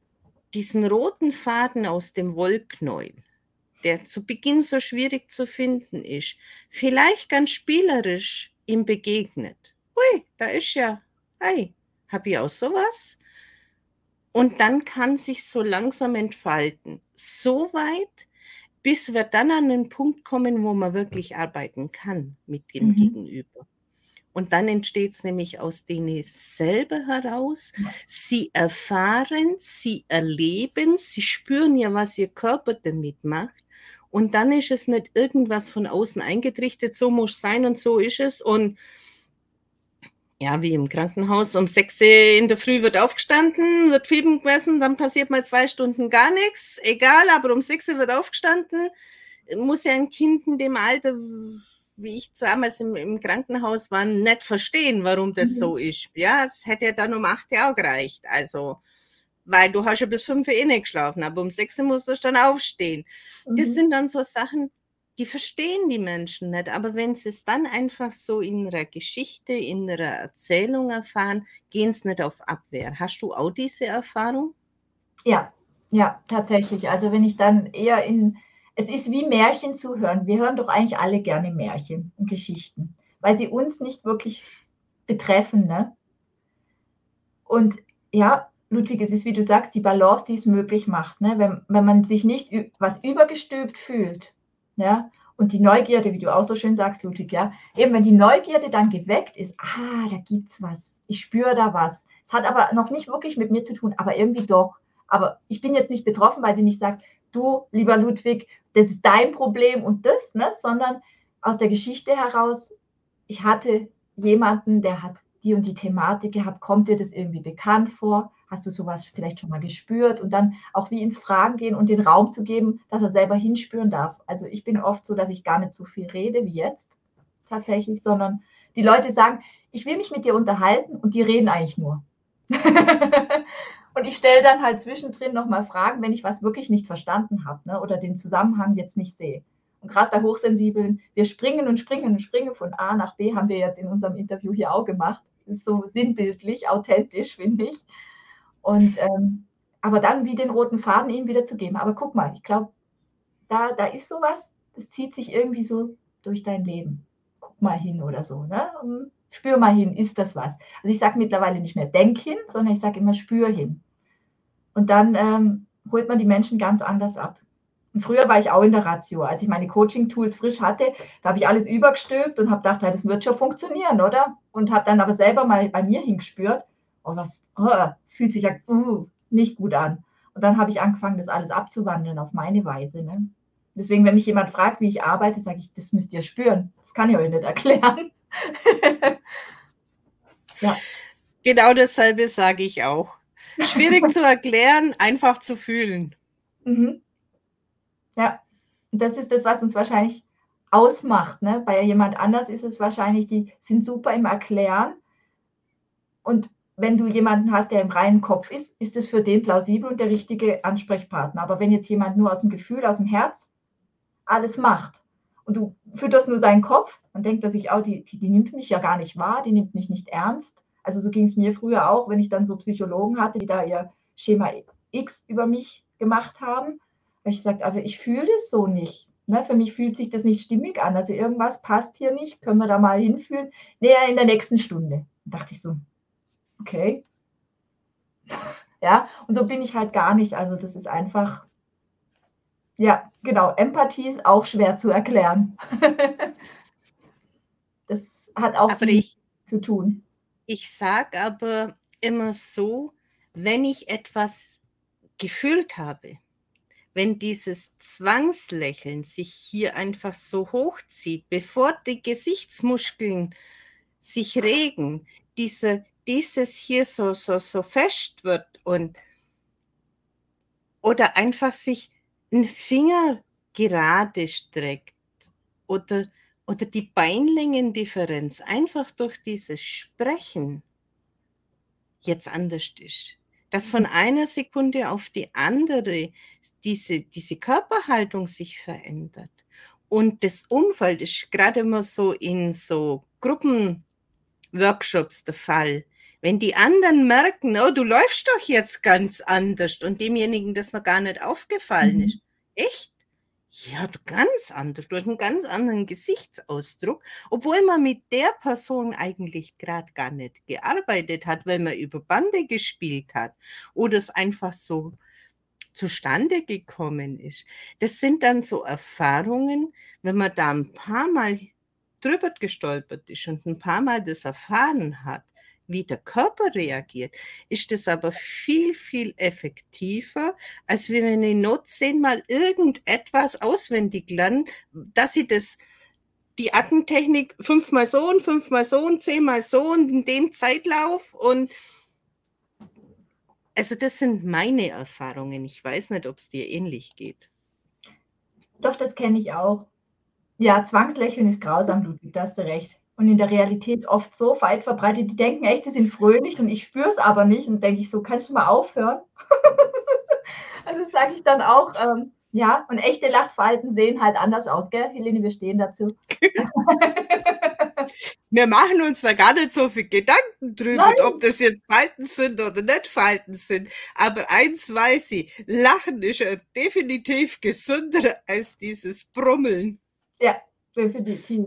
roten Faden aus dem Wollknäuel, der zu Beginn so schwierig zu finden ist, vielleicht ganz spielerisch ihm begegnet. Ui, da ist ja, hey, habe ich auch sowas? Und dann kann sich so langsam entfalten. So weit, bis wir dann an den Punkt kommen, wo man wirklich arbeiten kann mit dem Gegenüber. Und dann entsteht es nämlich aus denen selber heraus. Sie erfahren, sie erleben, sie spüren ja, was ihr Körper damit macht. Und dann ist es nicht irgendwas von außen eingetrichtert, so muss es sein und so ist es. Und ja, wie im Krankenhaus, um 6 Uhr in der Früh wird aufgestanden, wird Fieber gemessen, dann passiert mal 2 Stunden gar nichts. Egal, aber um 6 Uhr wird aufgestanden. Muss ja ein Kind in dem Alter, wie ich damals im Krankenhaus war, nicht verstehen, warum das so ist. Ja, es hätte ja dann um 8 Uhr auch gereicht. Also, weil du hast ja bis 5 Uhr eh nicht geschlafen, aber um 6 Uhr musst du dann aufstehen. Das sind dann so Sachen, die verstehen die Menschen nicht. Aber wenn sie es dann einfach so in ihrer Geschichte, in ihrer Erzählung erfahren, gehen sie nicht auf Abwehr. Hast du auch diese Erfahrung? Ja, ja, tatsächlich. Also wenn ich dann eher es ist wie Märchen zu hören. Wir hören doch eigentlich alle gerne Märchen und Geschichten, weil sie uns nicht wirklich betreffen, ne? Und ja, Ludwig, es ist, wie du sagst, die Balance, die es möglich macht, ne? Wenn man sich nicht was übergestülpt fühlt, ja, und die Neugierde, wie du auch so schön sagst, Ludwig, ja, eben wenn die Neugierde dann geweckt ist, da gibt's was, ich spüre da was. Es hat aber noch nicht wirklich mit mir zu tun, aber irgendwie doch. Aber ich bin jetzt nicht betroffen, weil sie nicht sagt, du, lieber Ludwig, das ist dein Problem und das, ne? Sondern aus der Geschichte heraus, ich hatte jemanden, der hat die und die Thematik gehabt, kommt dir das irgendwie bekannt vor? Hast du sowas vielleicht schon mal gespürt? Und dann auch wie ins Fragen gehen und den Raum zu geben, dass er selber hinspüren darf. Also ich bin oft so, dass ich gar nicht so viel rede wie jetzt tatsächlich, sondern die Leute sagen, ich will mich mit dir unterhalten und die reden eigentlich nur. Und ich stelle dann halt zwischendrin nochmal Fragen, wenn ich was wirklich nicht verstanden habe, ne, oder den Zusammenhang jetzt nicht sehe. Und gerade bei Hochsensiblen, wir springen und springen und springen von A nach B, haben wir jetzt in unserem Interview hier auch gemacht. Das ist so sinnbildlich, authentisch, finde ich. Und aber dann wie den roten Faden ihnen wieder zu geben. Aber guck mal, ich glaube, da ist sowas, das zieht sich irgendwie so durch dein Leben. Guck mal hin oder so, ne? Spür mal hin, ist das was? Also ich sage mittlerweile nicht mehr denk hin, sondern ich sage immer spür hin. Und dann holt man die Menschen ganz anders ab. Und früher war ich auch in der Ratio. Als ich meine Coaching-Tools frisch hatte, da habe ich alles übergestülpt und habe gedacht, das wird schon funktionieren, oder? Und habe dann aber selber mal bei mir hingespürt, das fühlt sich ja nicht gut an. Und dann habe ich angefangen, das alles abzuwandeln auf meine Weise. Ne? Deswegen, wenn mich jemand fragt, wie ich arbeite, sage ich, das müsst ihr spüren. Das kann ich euch nicht erklären. Ja. Genau dasselbe sage ich auch. Schwierig zu erklären, einfach zu fühlen. Ja, das ist das, was uns wahrscheinlich ausmacht. Ne? Bei jemand anders ist es wahrscheinlich, die sind super im Erklären. Und wenn du jemanden hast, der im reinen Kopf ist, ist es für den plausibel und der richtige Ansprechpartner. Aber wenn jetzt jemand nur aus dem Gefühl, aus dem Herz alles macht und du fütterst nur seinen Kopf, dann denkt er sich auch, die nimmt mich ja gar nicht wahr, die nimmt mich nicht ernst. Also so ging es mir früher auch, wenn ich dann so Psychologen hatte, die da ihr Schema X über mich gemacht haben. Da habe ich gesagt, aber ich fühle das so nicht. Ne? Für mich fühlt sich das nicht stimmig an. Also irgendwas passt hier nicht. Können wir da mal hinfühlen? Nee, in der nächsten Stunde. Da dachte ich so, okay. Ja, und so bin ich halt gar nicht. Also das ist einfach, ja, genau. Empathie ist auch schwer zu erklären. Das hat auch Aber viel zu tun. ich sage aber immer so, wenn ich etwas gefühlt habe, wenn dieses Zwangslächeln sich hier einfach so hochzieht, bevor die Gesichtsmuskeln sich regen, dieses hier so fest wird und oder einfach sich ein Finger gerade streckt oder, oder die Beinlängendifferenz einfach durch dieses Sprechen jetzt anders ist. Dass von einer Sekunde auf die andere diese Körperhaltung sich verändert. Und das Umfeld ist gerade immer so in so Gruppenworkshops der Fall. Wenn die anderen merken, oh, du läufst doch jetzt ganz anders und demjenigen das noch gar nicht aufgefallen ist. Echt? Ja, du ganz anders. Du hast einen ganz anderen Gesichtsausdruck, obwohl man mit der Person eigentlich gerade gar nicht gearbeitet hat, weil man über Bande gespielt hat oder es einfach so zustande gekommen ist. Das sind dann so Erfahrungen, wenn man da ein paar Mal drüber gestolpert ist und ein paar Mal das erfahren hat, wie der Körper reagiert, ist das aber viel, viel effektiver, als wenn ich noch 10-mal irgendetwas auswendig lerne, dass ich die Atemtechnik 5-mal so und 5-mal so und 10-mal so und in dem Zeitlauf und also das sind meine Erfahrungen. Ich weiß nicht, ob es dir ähnlich geht. Doch, das kenne ich auch. Ja, Zwangslächeln ist grausam, Ludwig, da hast du recht. Und in der Realität oft so weit verbreitet, die denken echt, sie sind fröhlich und ich spüre es aber nicht und denke ich so, kannst du mal aufhören? Also sage ich dann auch, ja, und echte Lachverhalten sehen halt anders aus, gell, Helene, wir stehen dazu. Wir machen uns da gar nicht so viel Gedanken drüber, Nein. ob das jetzt Falten sind oder nicht Falten sind. Aber eins weiß ich, Lachen ist ja definitiv gesünder als dieses Brummeln. Ja, definitiv.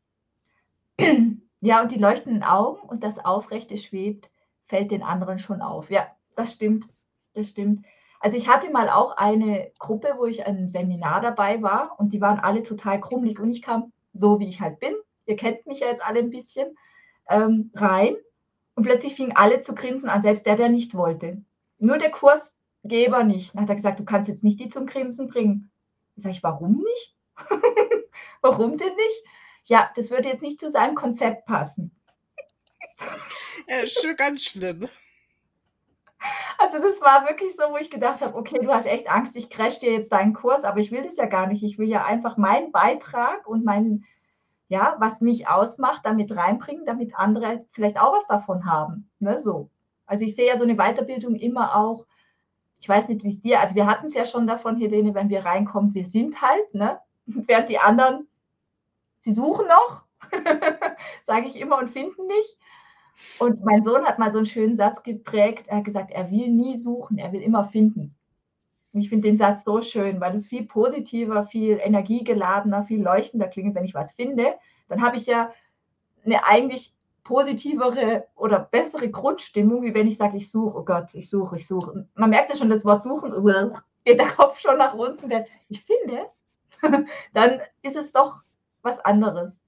Ja, und die leuchtenden Augen und das Aufrechte schwebt, fällt den anderen schon auf. Ja, das stimmt. Das stimmt. Also ich hatte mal auch eine Gruppe, wo ich an einem Seminar dabei war und die waren alle total krummelig und ich kam so, wie ich halt bin. Ihr kennt mich ja jetzt alle ein bisschen, rein und plötzlich fingen alle zu grinsen an, selbst der nicht wollte. Nur der Kursgeber nicht. Dann hat er gesagt, du kannst jetzt nicht die zum Grinsen bringen. Da sage ich, warum nicht? Warum denn nicht? Ja, das würde jetzt nicht zu seinem Konzept passen. Ja, ist schon ganz schlimm. Also das war wirklich so, wo ich gedacht habe, okay, du hast echt Angst, ich crash dir jetzt deinen Kurs, aber ich will das ja gar nicht. Ich will ja einfach meinen Beitrag und mein, ja, was mich ausmacht, damit reinbringen, damit andere vielleicht auch was davon haben. Ne, so. Also ich sehe ja so eine Weiterbildung immer auch, ich weiß nicht, wie es dir, also wir hatten es ja schon davon, Helene, wenn wir reinkommen, wir sind halt, ne? Während die anderen, sie suchen noch, sage ich immer, und finden nicht. Und mein Sohn hat mal so einen schönen Satz geprägt. Er hat gesagt, er will nie suchen, er will immer finden. Und ich finde den Satz so schön, weil es viel positiver, viel energiegeladener, viel leuchtender klingt, wenn ich was finde. Dann habe ich ja eine eigentlich positivere oder bessere Grundstimmung, wie wenn ich sage, ich suche, oh Gott, ich suche, ich suche. Und man merkt ja schon, das Wort suchen, geht der Kopf schon nach unten. Ich finde, dann ist es doch was anderes.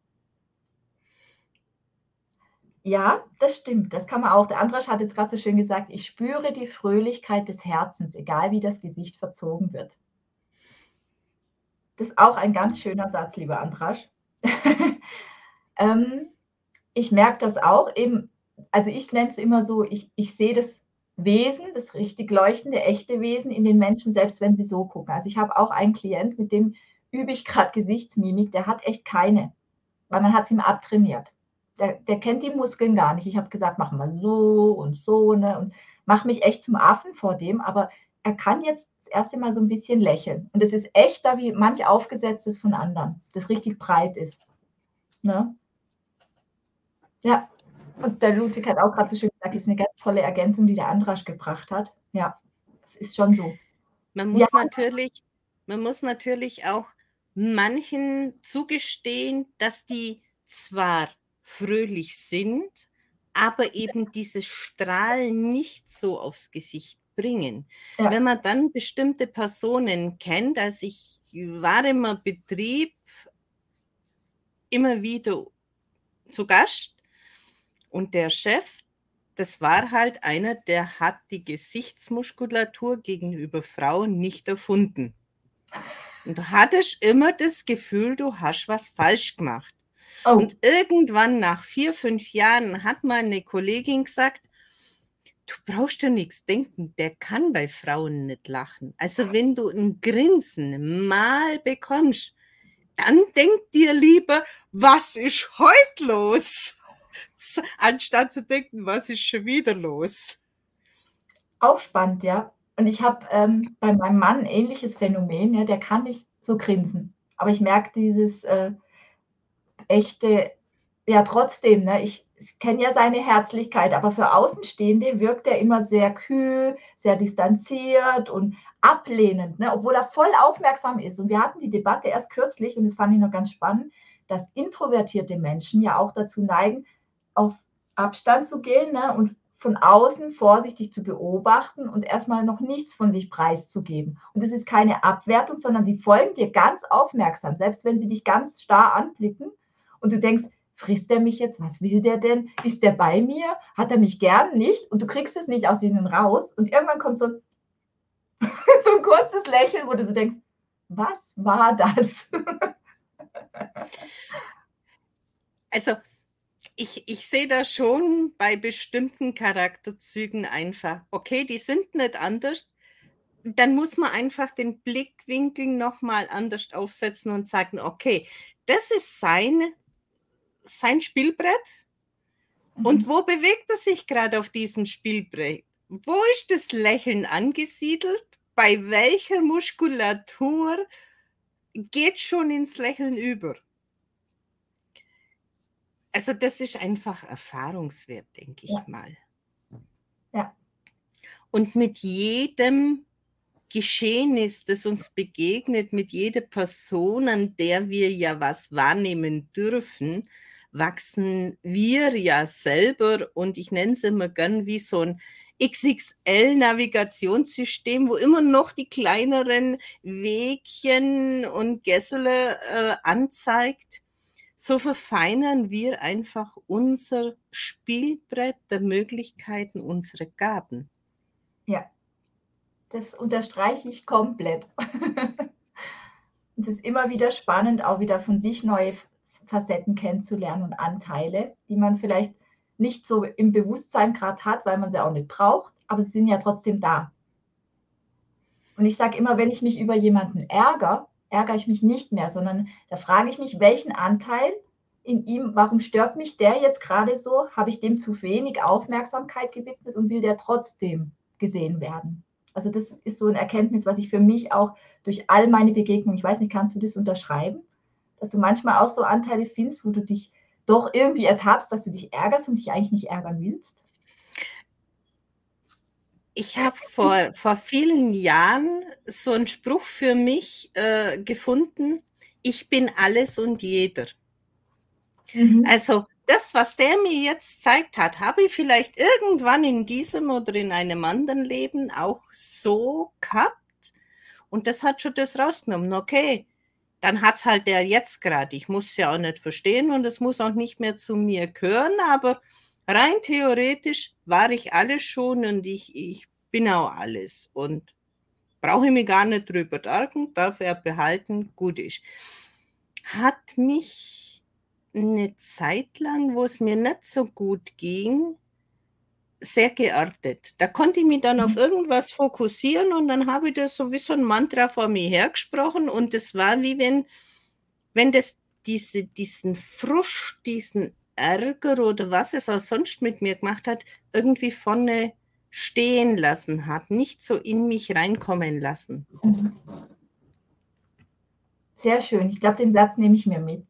Ja, das stimmt. Das kann man auch. Der Andras hat jetzt gerade so schön gesagt, ich spüre die Fröhlichkeit des Herzens, egal wie das Gesicht verzogen wird. Das ist auch ein ganz schöner Satz, lieber Andras. Ich merke das auch eben, also ich nenne es immer so, ich sehe das Wesen, das richtig leuchtende, echte Wesen in den Menschen, selbst wenn sie so gucken. Also ich habe auch einen Klient, mit dem übe ich gerade Gesichtsmimik, der hat echt keine, weil man hat es ihm abtrainiert. der kennt die Muskeln gar nicht. Ich habe gesagt: „Mach mal so und so“, ne, und mache mich echt zum Affen vor dem, aber er kann jetzt das erste Mal so 'n bisschen lächeln. Und es ist echter wie manch Aufgesetztes von anderen, das richtig breit ist, ne? Ja. Und der Ludwig hat auch grad so schön gesagt, das ist 'ne ganz tolle Ergänzung, die der Andrasch gebracht hat. Ja, es ist schon so. Man Wir muss natürlich man muss natürlich auch manchen zugestehen, dass die zwar fröhlich sind, aber eben dieses Strahlen nicht so aufs Gesicht bringen. ja, Wenn man dann bestimmte Personen kennt, also ich war im Betrieb immer wieder zu Gast und der Chef, das war halt einer, der hat die Gesichtsmuskulatur gegenüber Frauen nicht erfunden. Und du hattest immer das Gefühl, du hast was falsch gemacht. oh, Und irgendwann nach 4, 5 Jahren hat mal 'ne Kollegin gesagt: „Du brauchst dir nix denken, der kann bei Frauen nicht lachen. Also, wenn du 'n Grinsen mal bekommst, dann denk dir lieber: ‚Was ist heut los?'" Anstatt zu denken: „Was ist schon wieder los?" auch spannend, ja. Und ich habe, bei meinem Mann 'n ähnliches Phänomen, ja, der kann nicht so grinsen. Aber ich merke dieses, echte ja, trotzdem, ne, ich kenne ja seine Herzlichkeit, aber für Außenstehende wirkt er immer sehr kühl, sehr distanziert und ablehnend, ne, obwohl er voll aufmerksam ist. Und wir hatten die Debatte erst kürzlich und das fand ich noch ganz spannend, dass introvertierte Menschen ja auch dazu neigen, auf Abstand zu gehen, ne, und von außen vorsichtig zu beobachten und erst mal noch nichts von sich preiszugeben. Und das ist keine Abwertung, sondern die folgen dir ganz aufmerksam, selbst wenn sie dich ganz starr anblicken und du denkst: „Frisst der mich jetzt? Was will der denn? Ist der bei mir? Hat er mich gern? Nicht?“ Und du kriegst es nicht aus ihnen raus und irgendwann kommt so so 'n kurzes Lächeln, wo du so denkst: „Was war das?“ Also, ich sehe da schon bei bestimmten Charakterzügen einfach, okay, die sind nicht anders, dann muss man einfach den Blickwinkel noch mal anders aufsetzen und sagen: „Okay, das ist sein Spielbrett und Mhm. wo bewegt er sich grade auf diesem Spielbrett? Wo ist das Lächeln angesiedelt? Bei welcher Muskulatur geht schon ins Lächeln über?" Also, das ist einfach Erfahrungswert, denke ich Ja, mal. ja, Und mit jedem Geschehnis, das uns begegnet, mit jeder Person, an der wir ja was wahrnehmen dürfen, wachsen wir ja selber und ich nenne es immer gern wie so 'n XXL-Navigationssystem, wo immer noch die kleineren Wegchen und Gässele, anzeigt. So verfeinern wir einfach unser Spielbrett der Möglichkeiten, unsere Gaben. ja, das unterstreiche ich komplett. Es ist immer wieder spannend, auch wieder von sich neue Facetten kennenzulernen und Anteile, die man vielleicht nicht so im Bewusstsein grad hat, weil man sie auch nicht braucht, aber sie sind ja trotzdem da. Und ich sage immer, wenn ich mich über jemanden ärgere, ärgere ich mich nicht mehr, sondern da frage ich mich, welchen Anteil in ihm, warum stört mich der jetzt gerade so? Habe ich dem zu wenig Aufmerksamkeit gewidmet und will der trotzdem gesehen werden? Also das ist so 'ne Erkenntnis, was ich für mich auch durch all meine Begegnungen, ich weiß nicht, kannst du das unterschreiben? Dass du manchmal auch so Anteile findest, wo du dich doch irgendwie ertappst, dass du dich ärgerst und dich eigentlich nicht ärgern willst? Ich habe vor vielen Jahren so 'n Spruch für mich, gefunden: „Ich bin alles und jeder." Mhm. Also, das, was der mir jetzt gezeigt hat, habe ich vielleicht irgendwann in diesem oder in einem anderen Leben auch so gehabt und das hat schon das rausgenommen. Okay, dann hat's halt der jetzt grad. Ich mus's ja auch nicht verstehen und es muss auch nicht mehr zu mir gehören, aber rein theoretisch war ich alles schon und ich bin auch alles und brauche ich mich gar nicht drüber ärgern, darf er behalten, gut ist. Hat mich 'ne Zeit lang, wo's mir nicht so gut ging, sehr geerdet. Da konnte ich mich dann auf Mhm. irgendwas fokussieren und dann habe ich das so wie so 'n Mantra vor mir hergesprochen und es war wie wenn das diesen Frust, diesen Ärger oder was es auch sonst mit mir gemacht hat, irgendwie vorne stehen lassen hat, nicht so in mich reinkommen lassen. Mhm. Sehr schön. Ich glaube, den Satz nehme ich mir mit.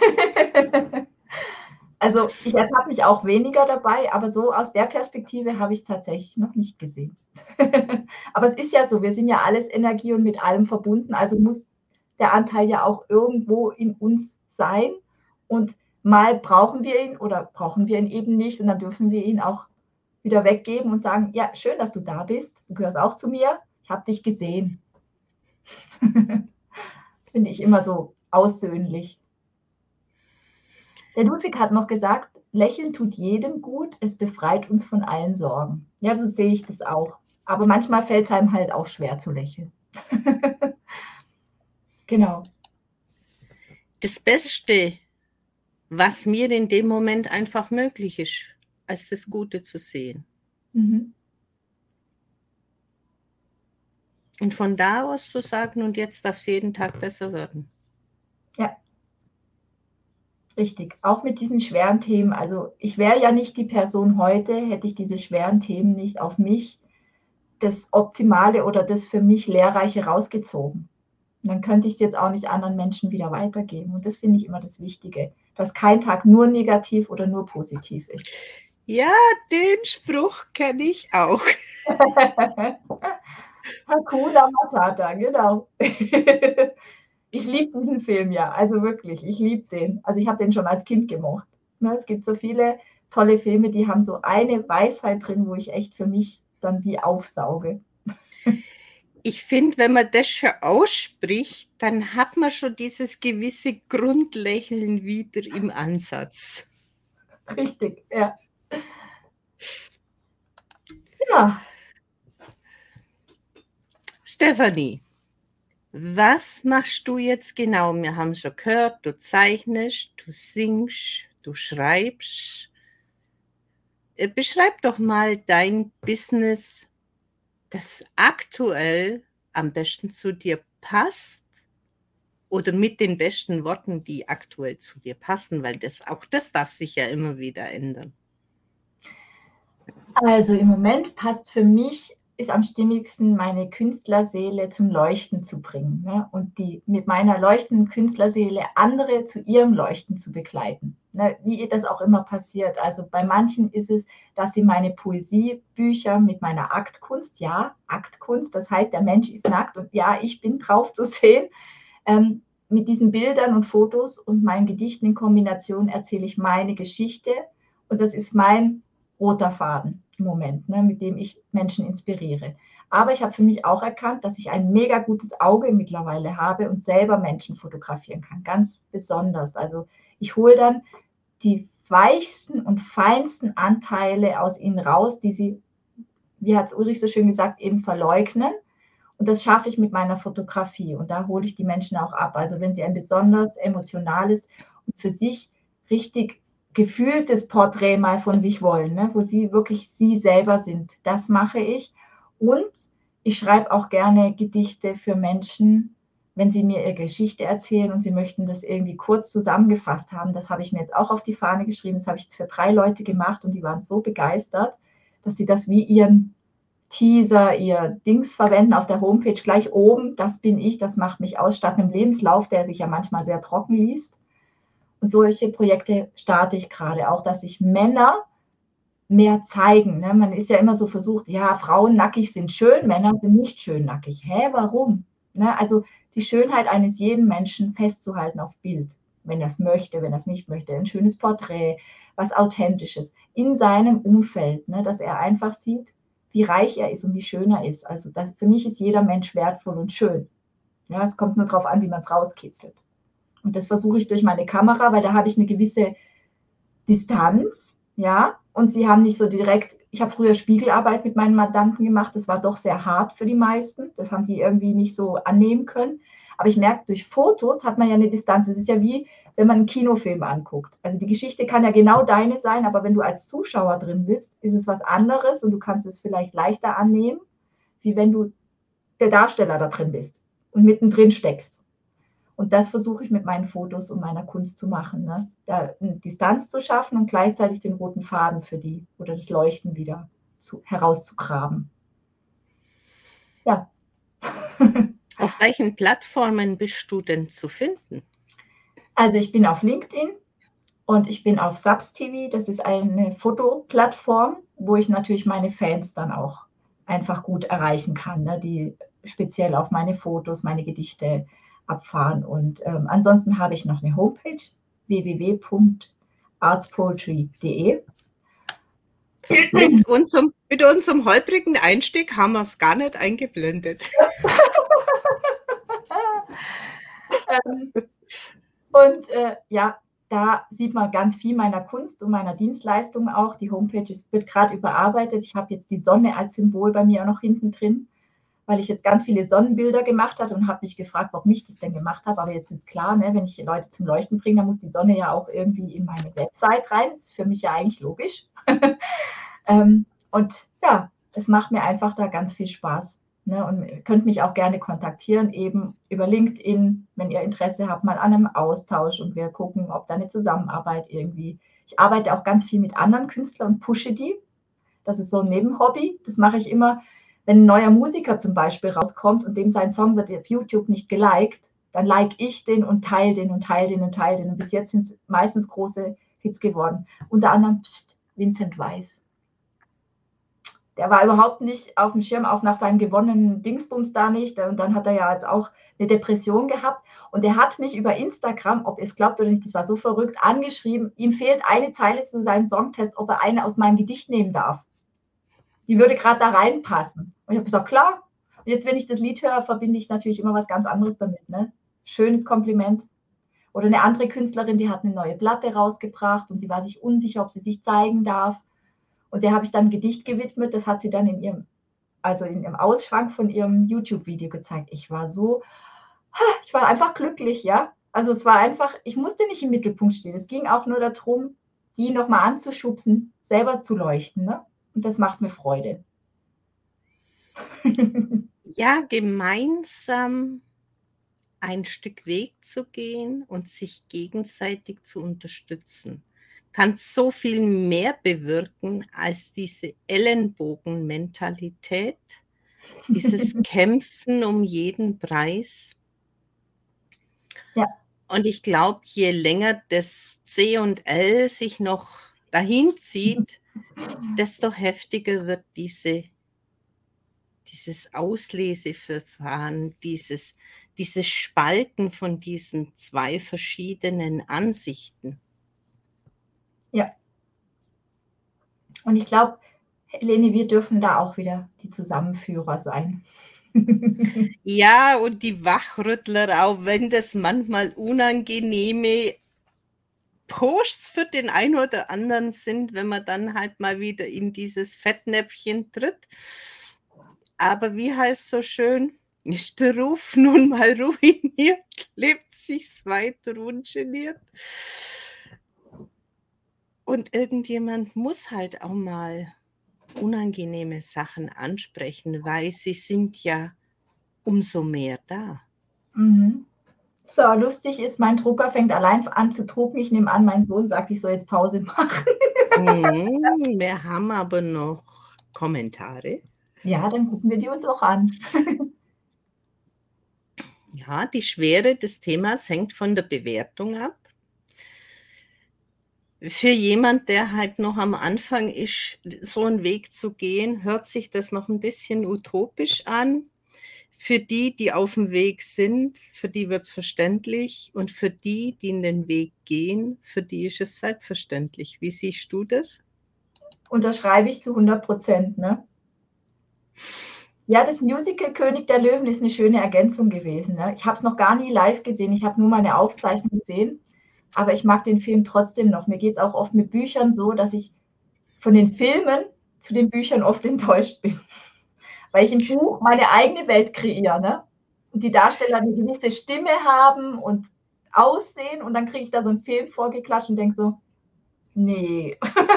Also, ich ertappe mich auch weniger dabei, aber so aus der Perspektive habe ich es tatsächlich noch nicht gesehen. Aber es ist ja so, wir sind ja alles Energie und mit allem verbunden, also muss der Anteil ja auch irgendwo in uns sein und mal brauchen wir ihn oder brauchen wir ihn eben nicht und dann dürfen wir ihn auch wieder weggeben und sagen: „Ja, schön, dass du da bist. Du gehörst auch zu mir. Ich habe dich gesehen.“ Das finde ich immer so aussöhnlich. Der Ludwig hat noch gesagt, Lächeln tut jedem gut, es befreit uns von allen Sorgen. Ja, so sehe ich das auch. Aber manchmal fällt es einem halt auch schwer zu lächeln. Genau. Das Beste, was mir in dem Moment einfach möglich ist, als das Gute zu sehen. Mhm. Und von da aus zu sagen, und jetzt darf es jeden Tag besser werden. Ja, richtig. Auch mit diesen schweren Themen. Also ich wäre ja nicht die Person heute, hätte ich diese schweren Themen nicht auf mich das Optimale oder das für mich Lehrreiche rausgezogen. Und dann könnte ich es jetzt auch nicht anderen Menschen wieder weitergeben. Und das finde ich immer das Wichtige, dass kein Tag nur negativ oder nur positiv ist. Ja, den Spruch kenne ich auch. Hakuna Matata, genau. Ich liebe diesen Film ja, also wirklich, ich liebe den. Also ich habe den schon als Kind gemocht. Ne, es gibt so viele tolle Filme, die haben so eine Weisheit drin, wo ich echt für mich dann wie aufsauge. Ich finde, wenn man das schon ausspricht, dann hat man schon dieses gewisse Grundlächeln wieder im Ansatz. Richtig, ja. Ja. Stefanie, was machst du jetzt genau? Wir haben schon gehört, du zeichnest, du singst, du schreibst. Beschreib doch mal dein Business, das aktuell am besten zu dir passt oder mit den besten Worten, die aktuell zu dir passen, weil auch das darf sich ja immer wieder ändern. Also im Moment passt für mich, ist am stimmigsten, meine Künstlerseele zum Leuchten zu bringen, ne? Und die mit meiner leuchtenden Künstlerseele andere zu ihrem Leuchten zu begleiten, ne? Wie das auch immer passiert. Also bei manchen ist es, dass sie meine Poesiebücher mit meiner Aktkunst, ja, Aktkunst, das heißt, der Mensch ist nackt und ja, ich bin drauf zu sehen, mit diesen Bildern und Fotos und meinen Gedichten in Kombination erzähle ich meine Geschichte und das ist mein roter Faden im Moment, ne, mit dem ich Menschen inspiriere. Aber ich habe für mich auch erkannt, dass ich ein mega gutes Auge mittlerweile habe und selber Menschen fotografieren kann, ganz besonders. Also ich hole dann die weichsten und feinsten Anteile aus ihnen raus, die sie, wie hat es Ulrich so schön gesagt, eben verleugnen. Und das schaffe ich mit meiner Fotografie. Und da hole ich die Menschen auch ab. Also wenn sie ein besonders emotionales und für sich richtig gefühltes Porträt mal von sich wollen, ne, wo sie wirklich sie selber sind, das mache ich. Und ich schreibe auch gerne Gedichte für Menschen, wenn sie mir ihre Geschichte erzählen und sie möchten das irgendwie kurz zusammengefasst haben. Das habe ich mir jetzt auch auf die Fahne geschrieben. Das habe ich jetzt für 3 Leute gemacht und die waren so begeistert, dass sie das wie ihren Teaser, ihr Dings verwenden auf der Homepage gleich oben. Das bin ich, das macht mich aus, statt einem Lebenslauf, der sich ja manchmal sehr trocken liest. Und solche Projekte starte ich gerade auch, dass sich Männer mehr zeigen. Ne? Man ist ja immer so versucht, ja, Frauen nackig sind schön, Männer sind nicht schön nackig. Hä, warum? Ne? Also die Schönheit eines jeden Menschen festzuhalten auf Bild, wenn er es möchte, wenn er es nicht möchte. Ein schönes Porträt, was Authentisches in seinem Umfeld, ne? Dass er einfach sieht, wie reich er ist und wie schön er ist. Also das, für mich ist jeder Mensch wertvoll und schön. Ja, es kommt nur darauf an, wie man es rauskitzelt. Und das versuche ich durch meine Kamera, weil da habe ich eine gewisse Distanz, ja, und sie haben nicht so direkt, ich habe früher Spiegelarbeit mit meinen Mandanten gemacht, das war doch sehr hart für die meisten, das haben die irgendwie nicht so annehmen können. Aber ich merke, durch Fotos hat man ja eine Distanz. Es ist ja wie, wenn man einen Kinofilm anguckt. Also die Geschichte kann ja genau deine sein, aber wenn du als Zuschauer drin sitzt, ist es was anderes und du kannst es vielleicht leichter annehmen, wie wenn du der Darsteller da drin bist und mittendrin steckst. Und das versuche ich mit meinen Fotos und meiner Kunst zu machen, ne? Da eine Distanz zu schaffen und gleichzeitig den roten Faden für die oder das Leuchten wieder herauszugraben. Ja. Auf welchen Plattformen bist du denn zu finden? Also ich bin auf LinkedIn und ich bin auf SubsTV. Das ist eine Fotoplattform, wo ich natürlich meine Fans dann auch einfach gut erreichen kann, ne, die speziell auf meine Fotos, meine Gedichte abfahren. Und ansonsten habe ich noch eine Homepage, www.artspoetry.de. Mit unserem holprigen Einstieg haben wir es gar nicht eingeblendet. Und ja, da sieht man ganz viel meiner Kunst und meiner Dienstleistung auch. Die Homepage wird gerade überarbeitet. Ich habe jetzt die Sonne als Symbol bei mir auch noch hinten drin, weil ich jetzt ganz viele Sonnenbilder gemacht habe und habe mich gefragt, warum ich das denn gemacht habe. Aber jetzt ist klar, ne, wenn ich Leute zum Leuchten bringe, dann muss die Sonne ja auch irgendwie in meine Website rein. Das ist für mich ja eigentlich logisch. Und ja, es macht mir einfach da ganz viel Spaß. Ne? Und ihr könnt mich auch gerne kontaktieren, eben über LinkedIn, wenn ihr Interesse habt, mal an einem Austausch und wir gucken, ob da eine Zusammenarbeit irgendwie. Ich arbeite auch ganz viel mit anderen Künstlern und pushe die. Das ist so ein Nebenhobby. Das mache ich immer, wenn ein neuer Musiker zum Beispiel rauskommt und dem sein Song wird auf YouTube nicht geliked, dann like ich den und teile den und teile den und teile den. Und bis jetzt sind es meistens große Hits geworden. Unter anderem Vincent Weiss. Der war überhaupt nicht auf dem Schirm, auch nach seinem gewonnenen Dingsbums da nicht. Und dann hat er ja jetzt auch eine Depression gehabt. Und er hat mich über Instagram, ob ihr es glaubt oder nicht, das war so verrückt, angeschrieben, ihm fehlt eine Zeile zu seinem Songtest, ob er eine aus meinem Gedicht nehmen darf. Die würde gerade da reinpassen. Und ich habe gesagt, klar. Und jetzt, wenn ich das Lied höre, verbinde ich natürlich immer was ganz anderes damit. Ne? Schönes Kompliment. Oder eine andere Künstlerin, die hat eine neue Platte rausgebracht und sie war sich unsicher, ob sie sich zeigen darf. Und der habe ich dann ein Gedicht gewidmet, das hat sie dann in ihrem Ausschrank von ihrem YouTube-Video gezeigt. Ich war einfach glücklich, ja. Also es war einfach, ich musste nicht im Mittelpunkt stehen. Es ging auch nur darum, die nochmal anzuschubsen, selber zu leuchten, ne? Und das macht mir Freude. Ja, gemeinsam ein Stück Weg zu gehen und sich gegenseitig zu unterstützen, kann so viel mehr bewirken als diese Ellenbogenmentalität, dieses Kämpfen um jeden Preis. Ja. Und ich glaube, je länger das C&L sich noch dahin zieht, desto heftiger wird dieses Ausleseverfahren, dieses Spalten von diesen zwei verschiedenen Ansichten. Ja. Und ich glaube, Helene, wir dürfen da auch wieder die Zusammenführer sein. Ja, und die Wachrüttler, auch wenn das manchmal unangenehme Posts für den einen oder anderen sind, wenn man dann halt mal wieder in dieses Fettnäpfchen tritt. Aber wie heißt so schön, ist der Ruf nun mal ruiniert, lebt sich's weiter ungeniert. Und irgendjemand muss halt auch mal unangenehme Sachen ansprechen, weil sie sind ja umso mehr da. Mhm. So, lustig ist, mein Drucker fängt allein an zu drucken. Ich nehme an, mein Sohn sagt, ich soll jetzt Pause machen. Wir haben aber noch Kommentare. Ja, dann gucken wir die uns auch an. Ja, die Schwere des Themas hängt von der Bewertung ab. Für jemand, der halt noch am Anfang ist, so einen Weg zu gehen, hört sich das noch ein bisschen utopisch an. Für die, die auf dem Weg sind, für die wird es verständlich. Und für die, die in den Weg gehen, für die ist es selbstverständlich. Wie siehst du das? Unterschreibe ich zu 100%, ne? Ja, das Musical König der Löwen ist eine schöne Ergänzung gewesen, ne? Ich habe es noch gar nie live gesehen, ich habe nur mal eine Aufzeichnung gesehen, aber ich mag den Film trotzdem noch. Mir geht es auch oft mit Büchern so, dass ich von den Filmen zu den Büchern oft enttäuscht bin, weil ich im Buch meine eigene Welt kreiere, ne? Und die Darsteller eine gewisse Stimme haben und aussehen und dann kriege ich da so einen Film vorgeklatscht und denke so, nee.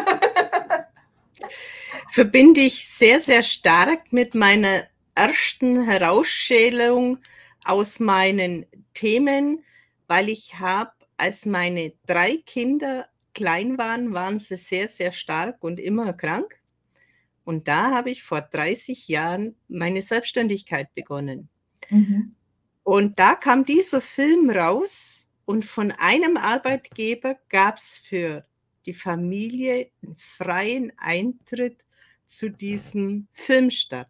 Verbinde ich sehr, sehr stark mit meiner ersten Herausschälung aus meinen Themen, weil ich habe, als meine 3 Kinder klein waren, waren sie sehr, sehr stark und immer krank. Und da habe ich vor 30 Jahren meine Selbstständigkeit begonnen. Mhm. Und da kam dieser Film raus und von einem Arbeitgeber gab es für die Familie einen freien Eintritt zu diesem Filmstart.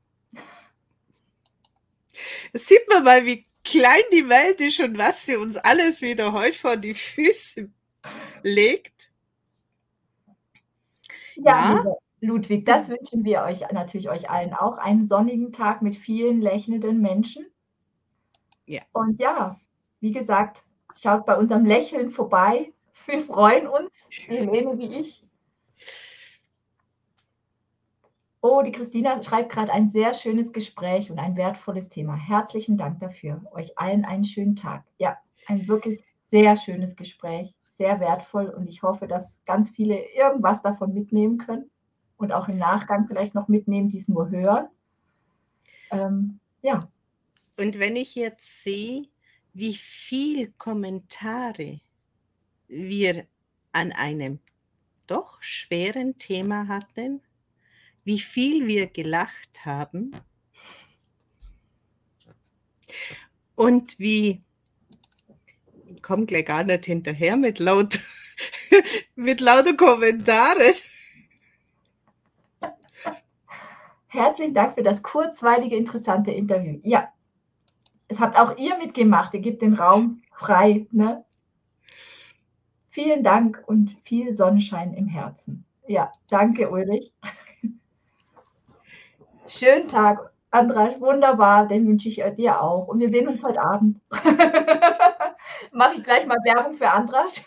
Da sieht man mal, wie klein die Welt ist und was sie uns alles wieder heute vor die Füße legt. Ja, Ja, lieber Ludwig, das wünschen wir euch natürlich euch allen auch, einen sonnigen Tag mit vielen lächelnden Menschen. ja. Und ja, wie gesagt, schaut bei unserem Lächeln vorbei. Wir freuen uns, die Helene wie ich. Oh, die Christina schreibt gerade ein sehr schönes Gespräch und ein wertvolles Thema. Herzlichen Dank dafür. Euch allen einen schönen Tag. Ja, ein wirklich sehr schönes Gespräch, sehr wertvoll und ich hoffe, dass ganz viele irgendwas davon mitnehmen können und auch im Nachgang vielleicht noch mitnehmen, die es nur hören. Ja, Und wenn ich jetzt sehe, wie viel Kommentare wir an einem doch schweren Thema hatten, wie viel wir gelacht haben und wie, ich komme gleich gar nicht hinterher mit mit lauter Kommentaren. herzlichen Dank für das kurzweilige, interessante Interview. Ja, es habt auch ihr mitgemacht. Ihr gebt den Raum frei. Ne? Vielen Dank und viel Sonnenschein im Herzen. Ja, danke, Ulrich. Schönen Tag, Andras, wunderbar, den wünsche ich dir auch. Und wir sehen uns heute Abend. Mache ich gleich mal Werbung für Andras.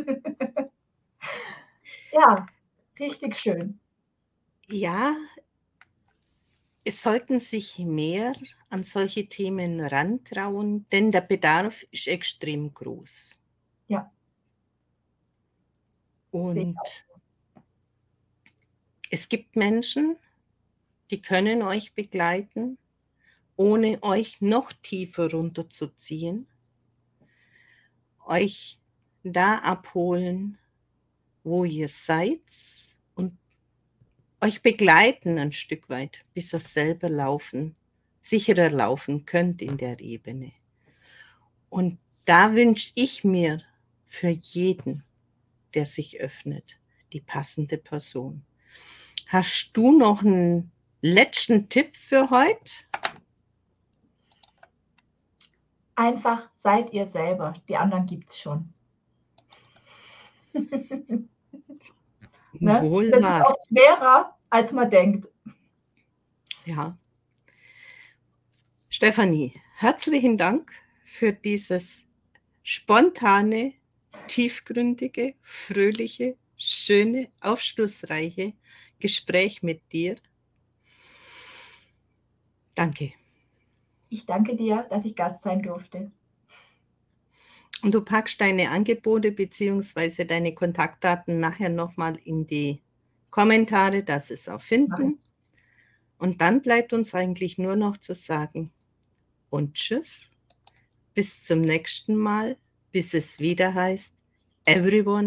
Ja, richtig schön. Ja, es sollten sich mehr an solche Themen rantrauen, denn der Bedarf ist extrem groß. Ja, sehe ich auch. Und es gibt Menschen, die können euch begleiten, ohne euch noch tiefer runterzuziehen, euch da abholen, wo ihr seid und euch begleiten ein Stück weit, bis ihr selber sicherer laufen könnt in der Ebene. Und da wünsche ich mir für jeden, der sich öffnet, die passende Person. Hast du noch einen letzten Tipp für heute? Einfach seid ihr selber. Die anderen gibt es schon. Ne? Wohl Das ist wahr. oft schwerer, als man denkt. Ja. Stefanie, herzlichen Dank für dieses spontane, tiefgründige, fröhliche, schöne, aufschlussreiche Gespräch mit dir. Danke. Ich danke dir, dass ich Gast sein durfte. Und du packst deine Angebote bzw. deine Kontaktdaten nachher nochmal in die Kommentare, dass sie es auch finden. Und dann bleibt uns eigentlich nur noch zu sagen und tschüss, bis zum nächsten Mal, bis es wieder heißt, everyone